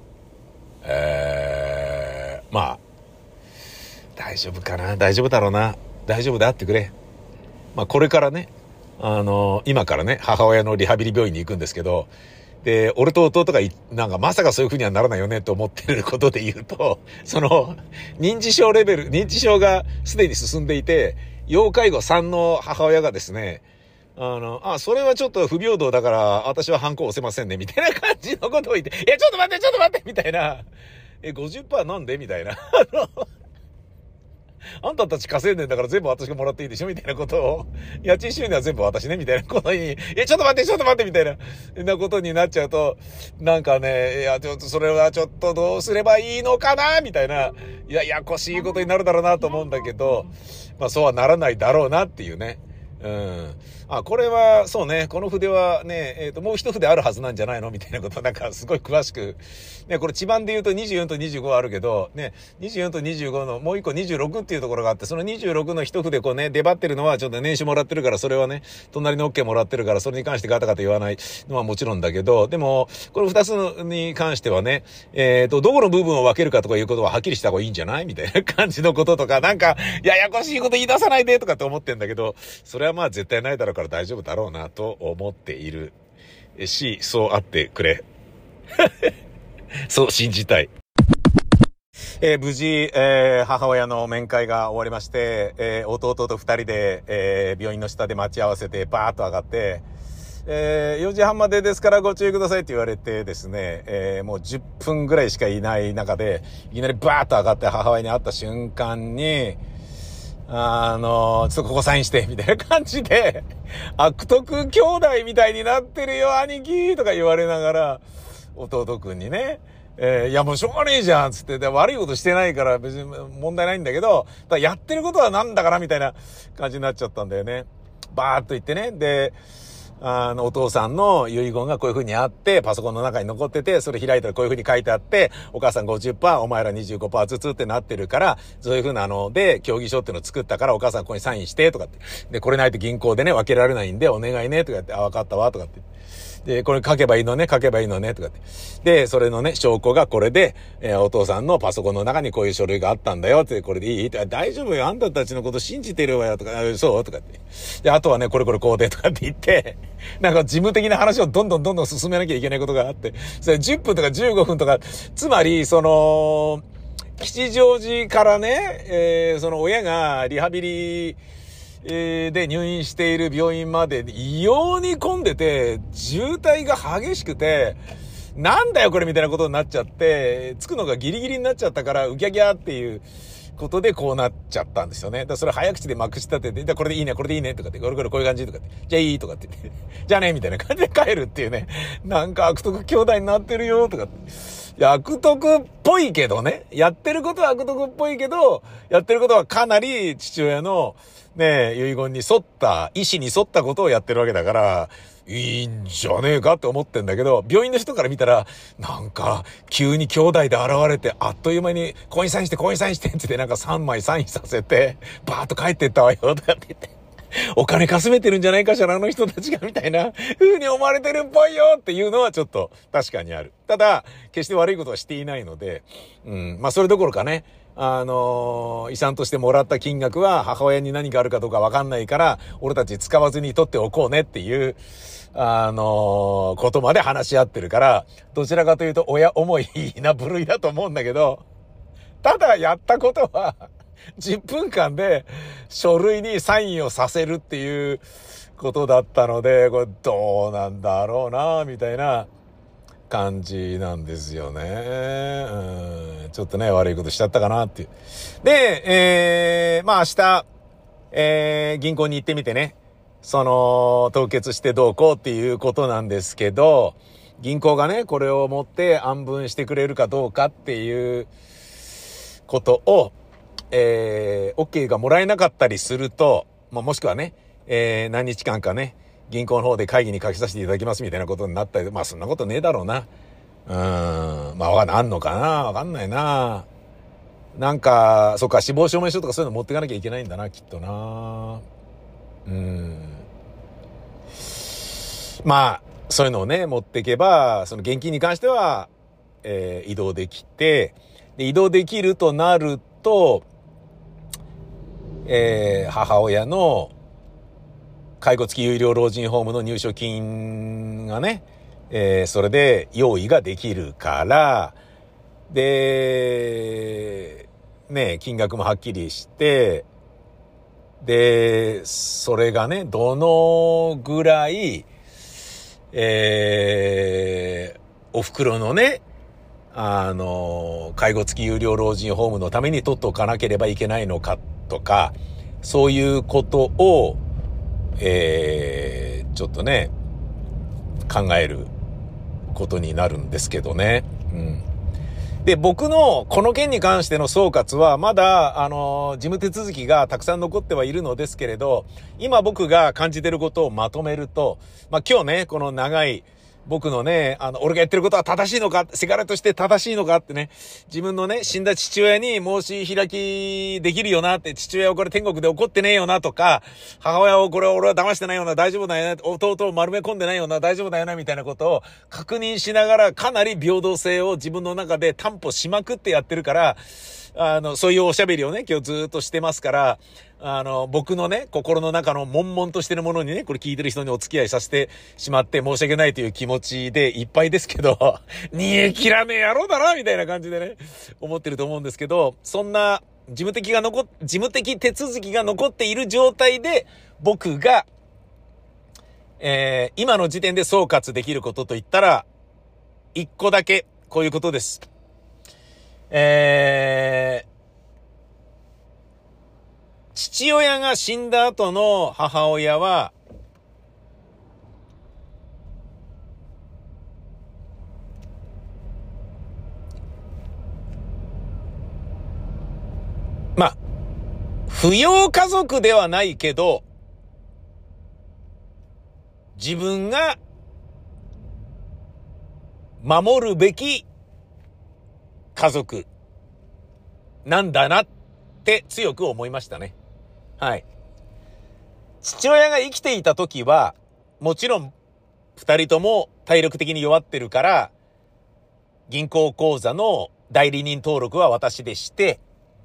えー、まあ、大丈夫かな、大丈夫だろうな。大丈夫であってくれ。まあこれからね、あの、今からね、母親のリハビリ病院に行くんですけど、で、俺と弟がなんかまさかそういう風にはならないよねと思ってることで言うと、その、認知症レベル、認知症がすでに進んでいて、要介護さんの母親がですね、あの、あ、それはちょっと不平等だから、私はハンコ押せませんね、みたいな感じのことを言って、いや、ちょっと待って、ちょっと待って、みたいな。え、ごじゅっパーセント なんでみたいな。あの、あんたたち稼いでんだから全部私がもらっていいでしょみたいなことを、家賃収入は全部私ねみたいなことに、え、ちょっと待ってちょっと待ってみたいな、なことになっちゃうと、なんかね、いや、ちょっとそれはちょっとどうすればいいのかなみたいな、いや、ややこしいことになるだろうなと思うんだけど、まあそうはならないだろうなっていうね。うん。あ、これは、そうね、この筆はね、えっと、もう一筆あるはずなんじゃないのみたいなことをなんかすごい詳しく。ね、これ地番で言うとにじゅうよんとにじゅうごあるけど、ね、にじゅうよんとにじゅうごのもう一個にじゅうろくっていうところがあって、そのにじゅうろくの一筆こうね、出張ってるのはちょっと年収もらってるから、それはね、隣の OK もらってるから、それに関してガタガタ言わないのはもちろんだけど、でも、この二つに関してはね、えっと、どこの部分を分けるかとかいうことははっきりした方がいいんじゃないみたいな感じのこととか、なんか、ややこしいこと言い出さないでとかって思ってんだけど、それはまあ絶対ないだろうから大丈夫だろうなと思っているし、そうあってくれ。そう信じたい。えー、無事、えー、母親の面会が終わりまして、えー、弟と二人で、えー、病院の下で待ち合わせてバーッと上がって、えー、よじはんまでですからご注意くださいって言われてですね、えー、もうじゅっぷんぐらいしかいない中で、いきなりバーッと上がって母親に会った瞬間に、あの、ちょっとここサインして、みたいな感じで、悪徳兄弟みたいになってるよ、兄貴とか言われながら、弟くんにね、えー、いやもうしょうがねえじゃん、つって、で悪いことしてないから別に問題ないんだけど、ただやってることはなんだから、みたいな感じになっちゃったんだよね。バーッと言ってね、で、あの、お父さんの遺言がこういう風にあって、パソコンの中に残ってて、それ開いたらこういう風に書いてあって、お母さん ごじゅっパーセント、お前ら にじゅうごパーセント ずつってなってるから、そういう風なので、協議書っていうのを作ったから、お母さんここにサインして、とかって。で、これないと銀行でね、分けられないんで、お願いね、とかって、あ、分かったわ、とかって。で、これ書けばいいのね、書けばいいのね、とかって。で、それのね、証拠がこれで、えー、お父さんのパソコンの中にこういう書類があったんだよって、これでいいって、大丈夫よ、あんたたちのこと信じてるわよ、とか、そうとかって。で、あとはね、これこれこうで、とかって言って、なんか事務的な話をどんどんどんどん進めなきゃいけないことがあって、それじゅっぷんとかじゅうごふんとか、つまり、その、吉祥寺からね、えー、その親がリハビリ、えー、で入院している病院まで異様に混んでて、渋滞が激しくて、なんだよこれみたいなことになっちゃって、着くのがギリギリになっちゃったから、うぎゃぎゃっていうことでこうなっちゃったんですよね。だからそれ早口でまくし立てて、でこれでいいね、これでいいねとかって、これこれこういう感じとかって、じゃあいいとかって言って、じゃあねみたいな感じで帰るっていうね、なんか悪徳兄弟になってるよとかって。いや、悪徳っぽいけどね。やってることは悪徳っぽいけど、やってることはかなり父親のね、遺言に沿った、意思に沿ったことをやってるわけだから、いいんじゃねえかって思ってんだけど、病院の人から見たら、なんか、急に兄弟で現れて、あっという間に、ここにサインして、ここにサインしてって言って、なんかさんまいサインさせて、バーッと帰ってったわよ、とかって言って。 お金かすめてるんじゃないかしら、あの人たちが、みたいな風に思われてるっぽいよっていうのはちょっと確かにある。ただ、決して悪いことはしていないので、うん、まあそれどころかね、あのー、遺産としてもらった金額は母親に何かあるかどうかわかんないから、俺たち使わずに取っておこうねっていう、あのー、ことまで話し合ってるから、どちらかというと親思いな部類だと思うんだけど、ただやったことは、じゅっぷんかんで書類にサインをさせるっていうことだったので、これどうなんだろうな、みたいな感じなんですよね。うん、ちょっとね、悪いことしちゃったかなっていう。で、えー、まあ明日、えー、銀行に行ってみてね、その、凍結してどうこうっていうことなんですけど、銀行がね、これを持って安分してくれるかどうかっていうことを、えー、OK がもらえなかったりすると、まあ、もしくはね、えー、何日間かね、銀行の方で会議に書きさせていただきますみたいなことになったり、まあそんなことねえだろうな。うーん、まあわかんない、あんのかな、わかんないな。なんか、そっか、死亡証明書とかそういうの持ってかなきゃいけないんだな、きっとな。うーん。まあ、そういうのをね、持っていけば、その現金に関しては、えー、移動できて、で、移動できるとなると、えー、母親の介護付き有料老人ホームの入所金がね、えー、それで用意ができるから、で、ね、金額もはっきりして、で、それがね、どのぐらい、えー、お袋のね、あの、介護付き有料老人ホームのために取っておかなければいけないのかとか、そういうことを、えー、ちょっとね、考えることになるんですけどね。うん。で、僕のこの件に関しての総括は、まだ、あの、事務手続きがたくさん残ってはいるのですけれど、今僕が感じてることをまとめると、まあ、今日ね、この長い、僕のね、あの、俺がやってることは正しいのか、せがれとして正しいのかってね、自分のね、死んだ父親に申し開きできるよなって、父親をこれ天国で怒ってねえよなとか、母親をこれ俺は騙してないよな、大丈夫だよな、弟を丸め込んでないよな、大丈夫だよな、みたいなことを確認しながら、かなり平等性を自分の中で担保しまくってやってるから、あの、そういうおしゃべりをね、今日ずっとしてますから、あの、僕のね、心の中の悶々としてるものにね、これ聞いてる人にお付き合いさせてしまって申し訳ないという気持ちでいっぱいですけど、煮え切らねえ野郎だな、みたいな感じでね、思ってると思うんですけど、そんな事務的が残っ、事務的手続きが残っている状態で、僕が、えー、今の時点で総括できることといったら、一個だけ、こういうことです。えー、父親が死んだ後の母親は、まあ、扶養家族ではないけど、自分が守るべき家族なんだなって強く思いましたね。はい。父親が生きていた時は、もちろん二人とも体力的に弱ってるから、銀行口座の代理人登録は私でして、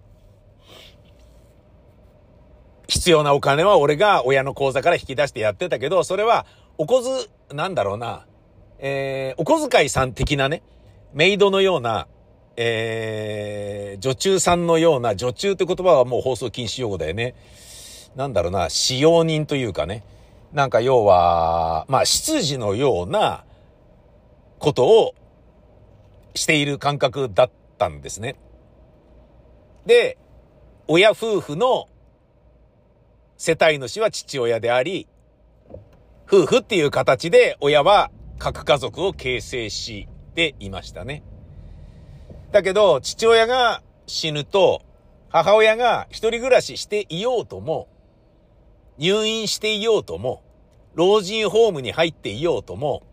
必要なお金は俺が親の口座から引き出してやってたけど、それはお小づ、なんだろうな、えー、お小遣いさん的なね、メイドのような、えー、女中さんのような、女中って言葉はもう放送禁止用語だよね。なんだろうな、使用人というかね、なんか要は、まあ、執事のようなことをしている感覚だったんですね。で、親夫婦の世帯主は父親であり、夫婦っていう形で親は核家族を形成していましたね。だけど、父親が死ぬと、母親が一人暮らししていようとも、入院していようとも、老人ホームに入っていようとも、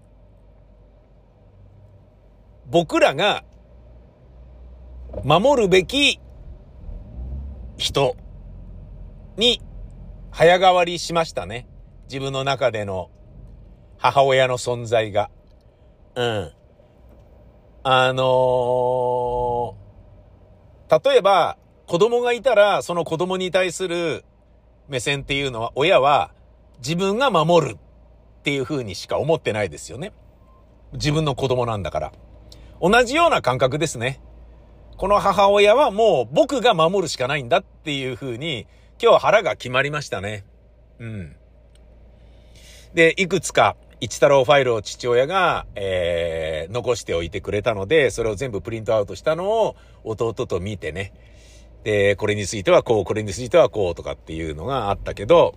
僕らが守るべき人に早変わりしましたね。自分の中での母親の存在が。うん。あのー、例えば子供がいたら、その子供に対する目線っていうのは、親は自分が守るっていう風にしか思ってないですよね。自分の子供なんだから。同じような感覚ですね。この母親はもう僕が守るしかないんだっていう風に、今日は腹が決まりましたね。うん。で、いくつか一太郎ファイルを父親が、えー、残しておいてくれたので、それを全部プリントアウトしたのを弟と見てね。で、これについてはこう、これについてはこうとかっていうのがあったけど、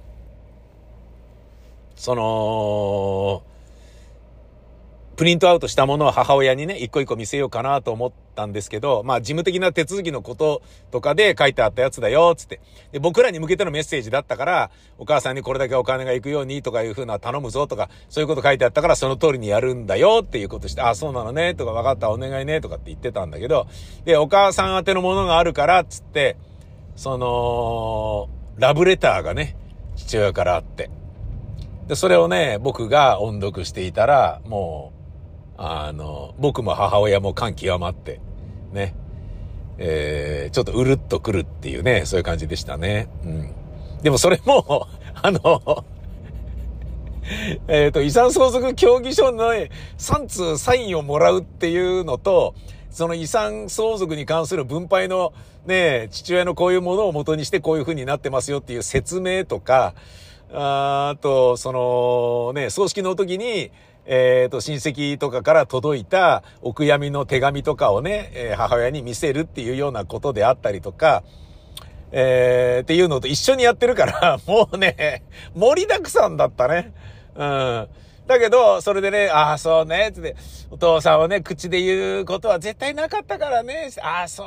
その、プリントアウトしたものを母親にね、一個一個見せようかなと思ったんですけど、まあ事務的な手続きのこととかで書いてあったやつだよ、つって。で、僕らに向けてのメッセージだったから、お母さんにこれだけお金が行くようにとかいう風な頼むぞとか、そういうこと書いてあったからその通りにやるんだよっていうことして、あ、そうなのね、とか分かった、お願いね、とかって言ってたんだけど、で、お母さん宛てのものがあるから、つって、その、ラブレターがね、父親からあって。で、それをね、僕が音読していたら、もう、あの、僕も母親も感極まって、ね。えー、ちょっとうるっとくるっていうね、そういう感じでしたね。うん。でもそれも、あの、えっと、遺産相続協議書のさん通サインをもらうっていうのと、その遺産相続に関する分配のね、父親のこういうものを元にしてこういう風になってますよっていう説明とか、あと、そのね、葬式の時に、えっと、親戚とかから届いたお悔やみの手紙とかをね、えー、母親に見せるっていうようなことであったりとか、えー、っていうのと一緒にやってるから、もうね、盛りだくさんだったね。うん。だけど、それでね、ああ、そうね、つって、お父さんはね、口で言うことは絶対なかったからね、ああ、そう、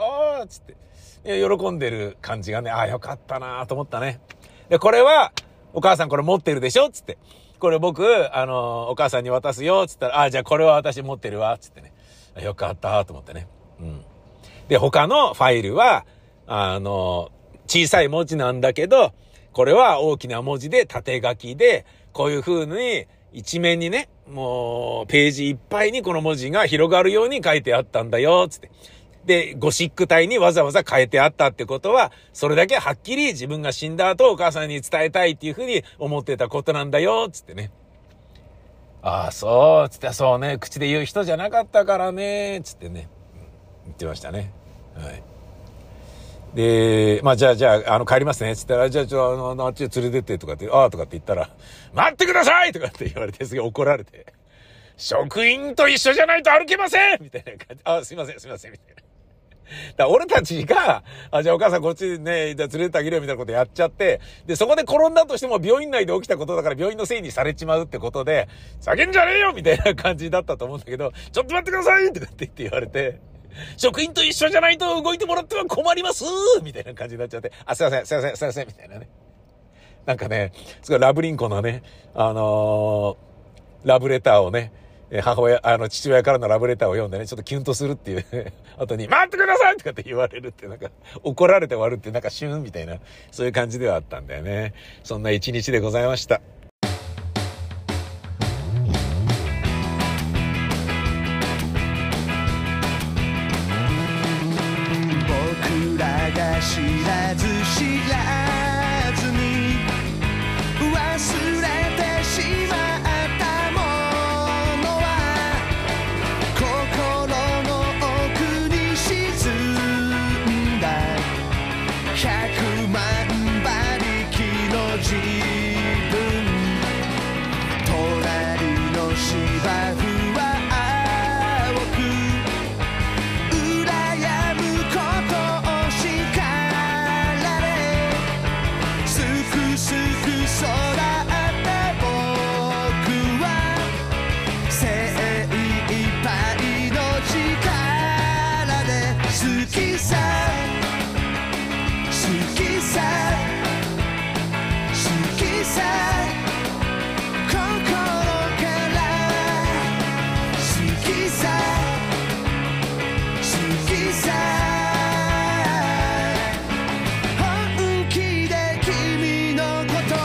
つって、喜んでる感じがね、ああ、よかったなと思ったね。で、これは、お母さんこれ持ってるでしょつって。これ僕、あの、お母さんに渡すよ、つったら、あ、じゃあこれは私持ってるわ、つってね。よかった、と思ってね。うん。で、他のファイルは、あの、小さい文字なんだけど、これは大きな文字で縦書きで、こういう風に一面にね、もうページいっぱいにこの文字が広がるように書いてあったんだよ、つって。で、ゴシック体にわざわざ変えてあったってことは、それだけはっきり自分が死んだ後お母さんに伝えたいっていうふうに思ってたことなんだよ、つってね。ああ、そう、つって、そうね、口で言う人じゃなかったからね、つってね、言ってましたね。はい。で、まあ、じゃあ、じゃあ、あの、帰りますね、つったら、じゃあ、ちょ、あの、あっちへ連れてって、とかって、ああ、とかって言ったら、待ってくださいとかって言われて、すげえ怒られて、職員と一緒じゃないと歩けませんみたいな感じ、あ、すいません、すいません、みたいな。だ俺たちが、あ、じゃあお母さんこっちね、じゃあ連れてってあげるよみたいなことやっちゃって、で、そこで転んだとしても病院内で起きたことだから病院のせいにされちまうってことで、叫んじゃねえよみたいな感じだったと思うんだけど、ちょっと待ってくださいとかって言って言われて、職員と一緒じゃないと動いてもらっては困りますみたいな感じになっちゃって、あ、すいません、すいません、すいません、みたいなね。なんかね、すごいラブリンコのね、あのー、ラブレターをね、母親、あの、父親からのラブレターを読んでね、ちょっとキュンとするっていう、ね、後に、待ってくださいとかって言われるって、なんか、怒られて終わるって、なんか、シュンみたいな、そういう感じではあったんだよね。そんな一日でございました。 僕らが知らず知らずに忘れてしまう本気で君のこと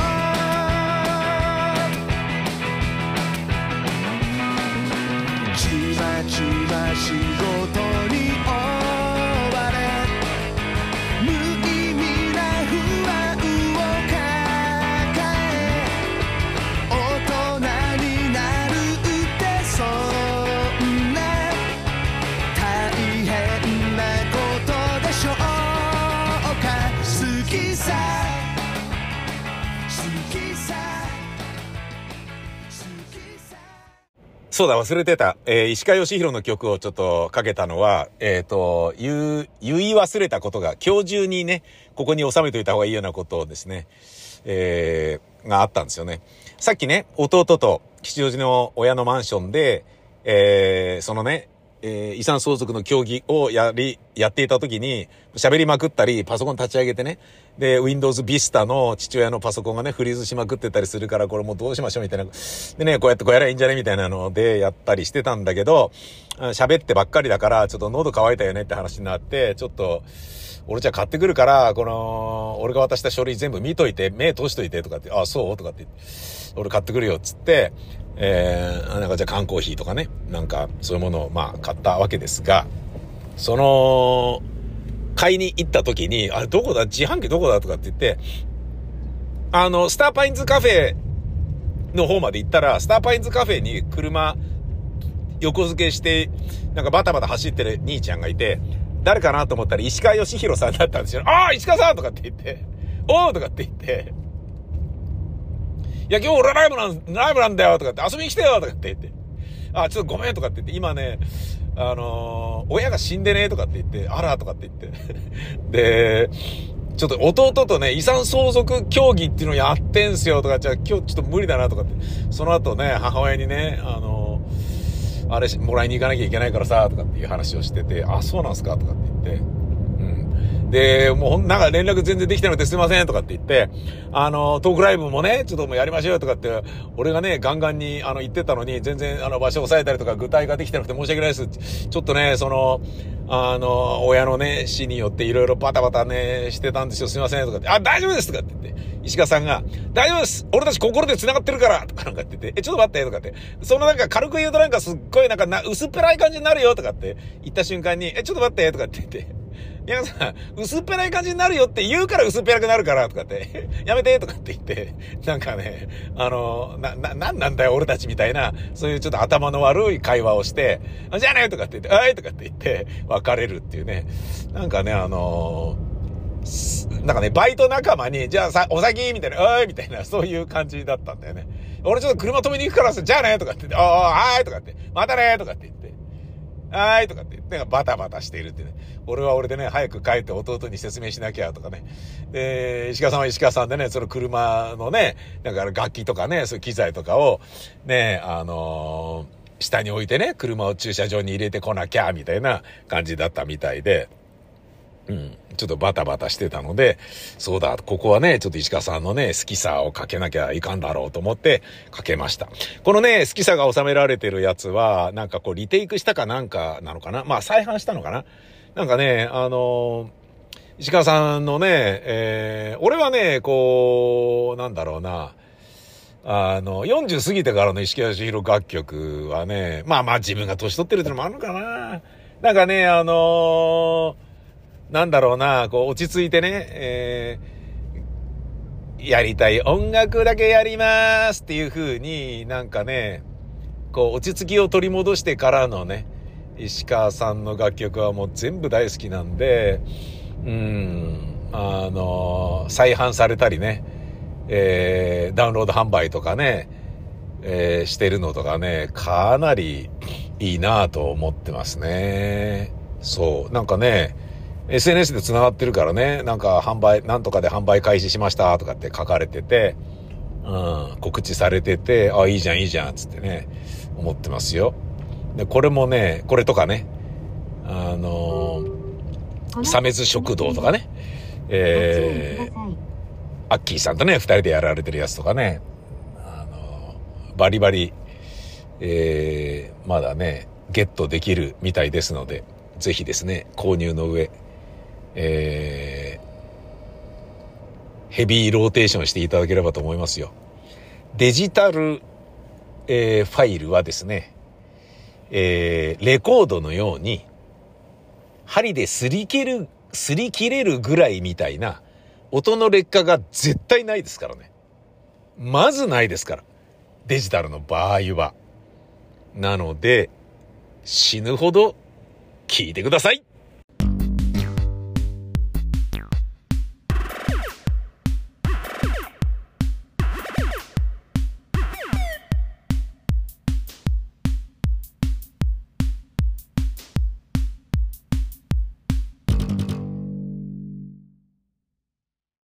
そうだ、忘れてた。えー、石川義弘の曲をちょっとかけたのは、えっと、言う、言い忘れたことが、今日中にね、ここに収めといた方がいいようなことをですね、えー、があったんですよね。さっきね、弟と吉祥寺の親のマンションで、えー、そのね、えー、遺産相続の協議をやり、やっていた時に、喋りまくったり、パソコン立ち上げてね、で、Windows Vista の父親のパソコンがね、フリーズしまくってたりするから、これもうどうしましょうみたいな。でね、こうやってこうやらいいんじゃねみたいなのでやったりしてたんだけど、喋ってばっかりだから、ちょっと喉乾いたよねって話になって、ちょっと、俺じゃ買ってくるから、この、俺が渡した書類全部見といて、目通しといてとかって、あ、そうとかって、俺買ってくるよっつって、えー、なんかじゃあ缶コーヒーとかね、なんかそういうものをまあ買ったわけですが、その、買いに行った時に、あれどこだ自販機どこだとかって言って、あの、スターパインズカフェの方まで行ったら、スターパインズカフェに車横付けして、なんかバタバタ走ってる兄ちゃんがいて、誰かなと思ったら石川義弘さんだったんですよ。ああ石川さんとかって言って、おーとかって言って、いや今日俺ライブなん、ライブなんだよとかって遊びに来てよとかって言って、あ、ちょっとごめんとかって言って、今ね、あのー、親が死んでねとかって言って、あらとかって言って、で、ちょっと弟とね、遺産相続協議っていうのやってんすよとか、じゃあ今日ちょっと無理だなとかって、その後ね、母親にね、あのー、あれもらいに行かなきゃいけないからさ、とかっていう話をしてて、あ、そうなんすかとかって言って、で、もうなんか連絡全然できてなくてすいませんとかって言って、あの、トークライブもね、ちょっともうやりましょうよとかって、俺がね、ガンガンにあの言ってたのに、全然あの場所を押さえたりとか具体ができてなくて申し訳ないです。ちょっとね、その、あの、親のね、死によっていろいろバタバタね、してたんですよ、すいませんとかって、あ、大丈夫ですとかって言って、石川さんが、大丈夫です俺たち心で繋がってるからとかなんかって言って、え、ちょっと待ってとかって、そのなんか軽く言うとなんかすっごいなんかな、薄っぺらい感じになるよとかって言った瞬間に、え、ちょっと待ってとかって言って、皆さん、薄っぺらい感じになるよって言うから薄っぺらくなるから、とかって、やめて、とかって言って、なんかね、あの、な、な、なんなんだよ、俺たちみたいな、そういうちょっと頭の悪い会話をして、じゃあね、とかって言って、はいとかって言って、別れるっていうね、なんかね、あのー、なんかね、バイト仲間に、じゃあさ、お先みたいな、おいみたいな、そういう感じだったんだよね。俺ちょっと車止めに行くからさ、じゃあね、とかって言って、ああ、はいとかって、またね、とかって言って、はーいとかって言ってバタバタしているってね。俺は俺でね、早く帰って弟に説明しなきゃとかね。で、石川さんは石川さんでね、その車のね、だから楽器とかね、そういう機材とかを、ね、あのー、下に置いてね、車を駐車場に入れてこなきゃ、みたいな感じだったみたいで。うん。ちょっとバタバタしてたので、そうだ、ここはね、ちょっと石川さんのね、好きさをかけなきゃいかんだろうと思ってかけました。このね、好きさが収められてるやつは、なんかこうリテイクしたかなんかなのかな、まあ再販したのかな、なんかね、あのー、石川さんのね、えー、俺はね、こう、なんだろうな、あの、よんじゅう過ぎてからの石川義弘楽曲はね、まあまあ自分が年取ってるってのもあるのかな。なんかね、あのー、なんだろうな、こう落ち着いてね、えー、やりたい音楽だけやりますっていう風になんかね、こう落ち着きを取り戻してからのね、石川さんの楽曲はもう全部大好きなんで、うーん、あのー、再販されたりね、えー、ダウンロード販売とかね、えー、してるのとかね、かなりいいなぁと思ってますね。そう、なんかね、エスエヌエス で繋がってるからね、なんか販売、なんとかで販売開始しましたとかって書かれてて、うん、告知されてて、あ、いいじゃんいいじゃんつってね、思ってますよ。で、これもね、これとかね、あのー、サメズ食堂とかね、えー、アッキーさんとね、二人でやられてるやつとかね、あのー、バリバリ、えー、まだね、ゲットできるみたいですので、ぜひですね、購入の上、えー、ヘビーローテーションしていただければと思いますよ。デジタル、えー、ファイルはですね、えー、レコードのように針で擦り切る、擦り切れるぐらいみたいな音の劣化が絶対ないですからね。まずないですから。デジタルの場合は。なので、死ぬほど聞いてください。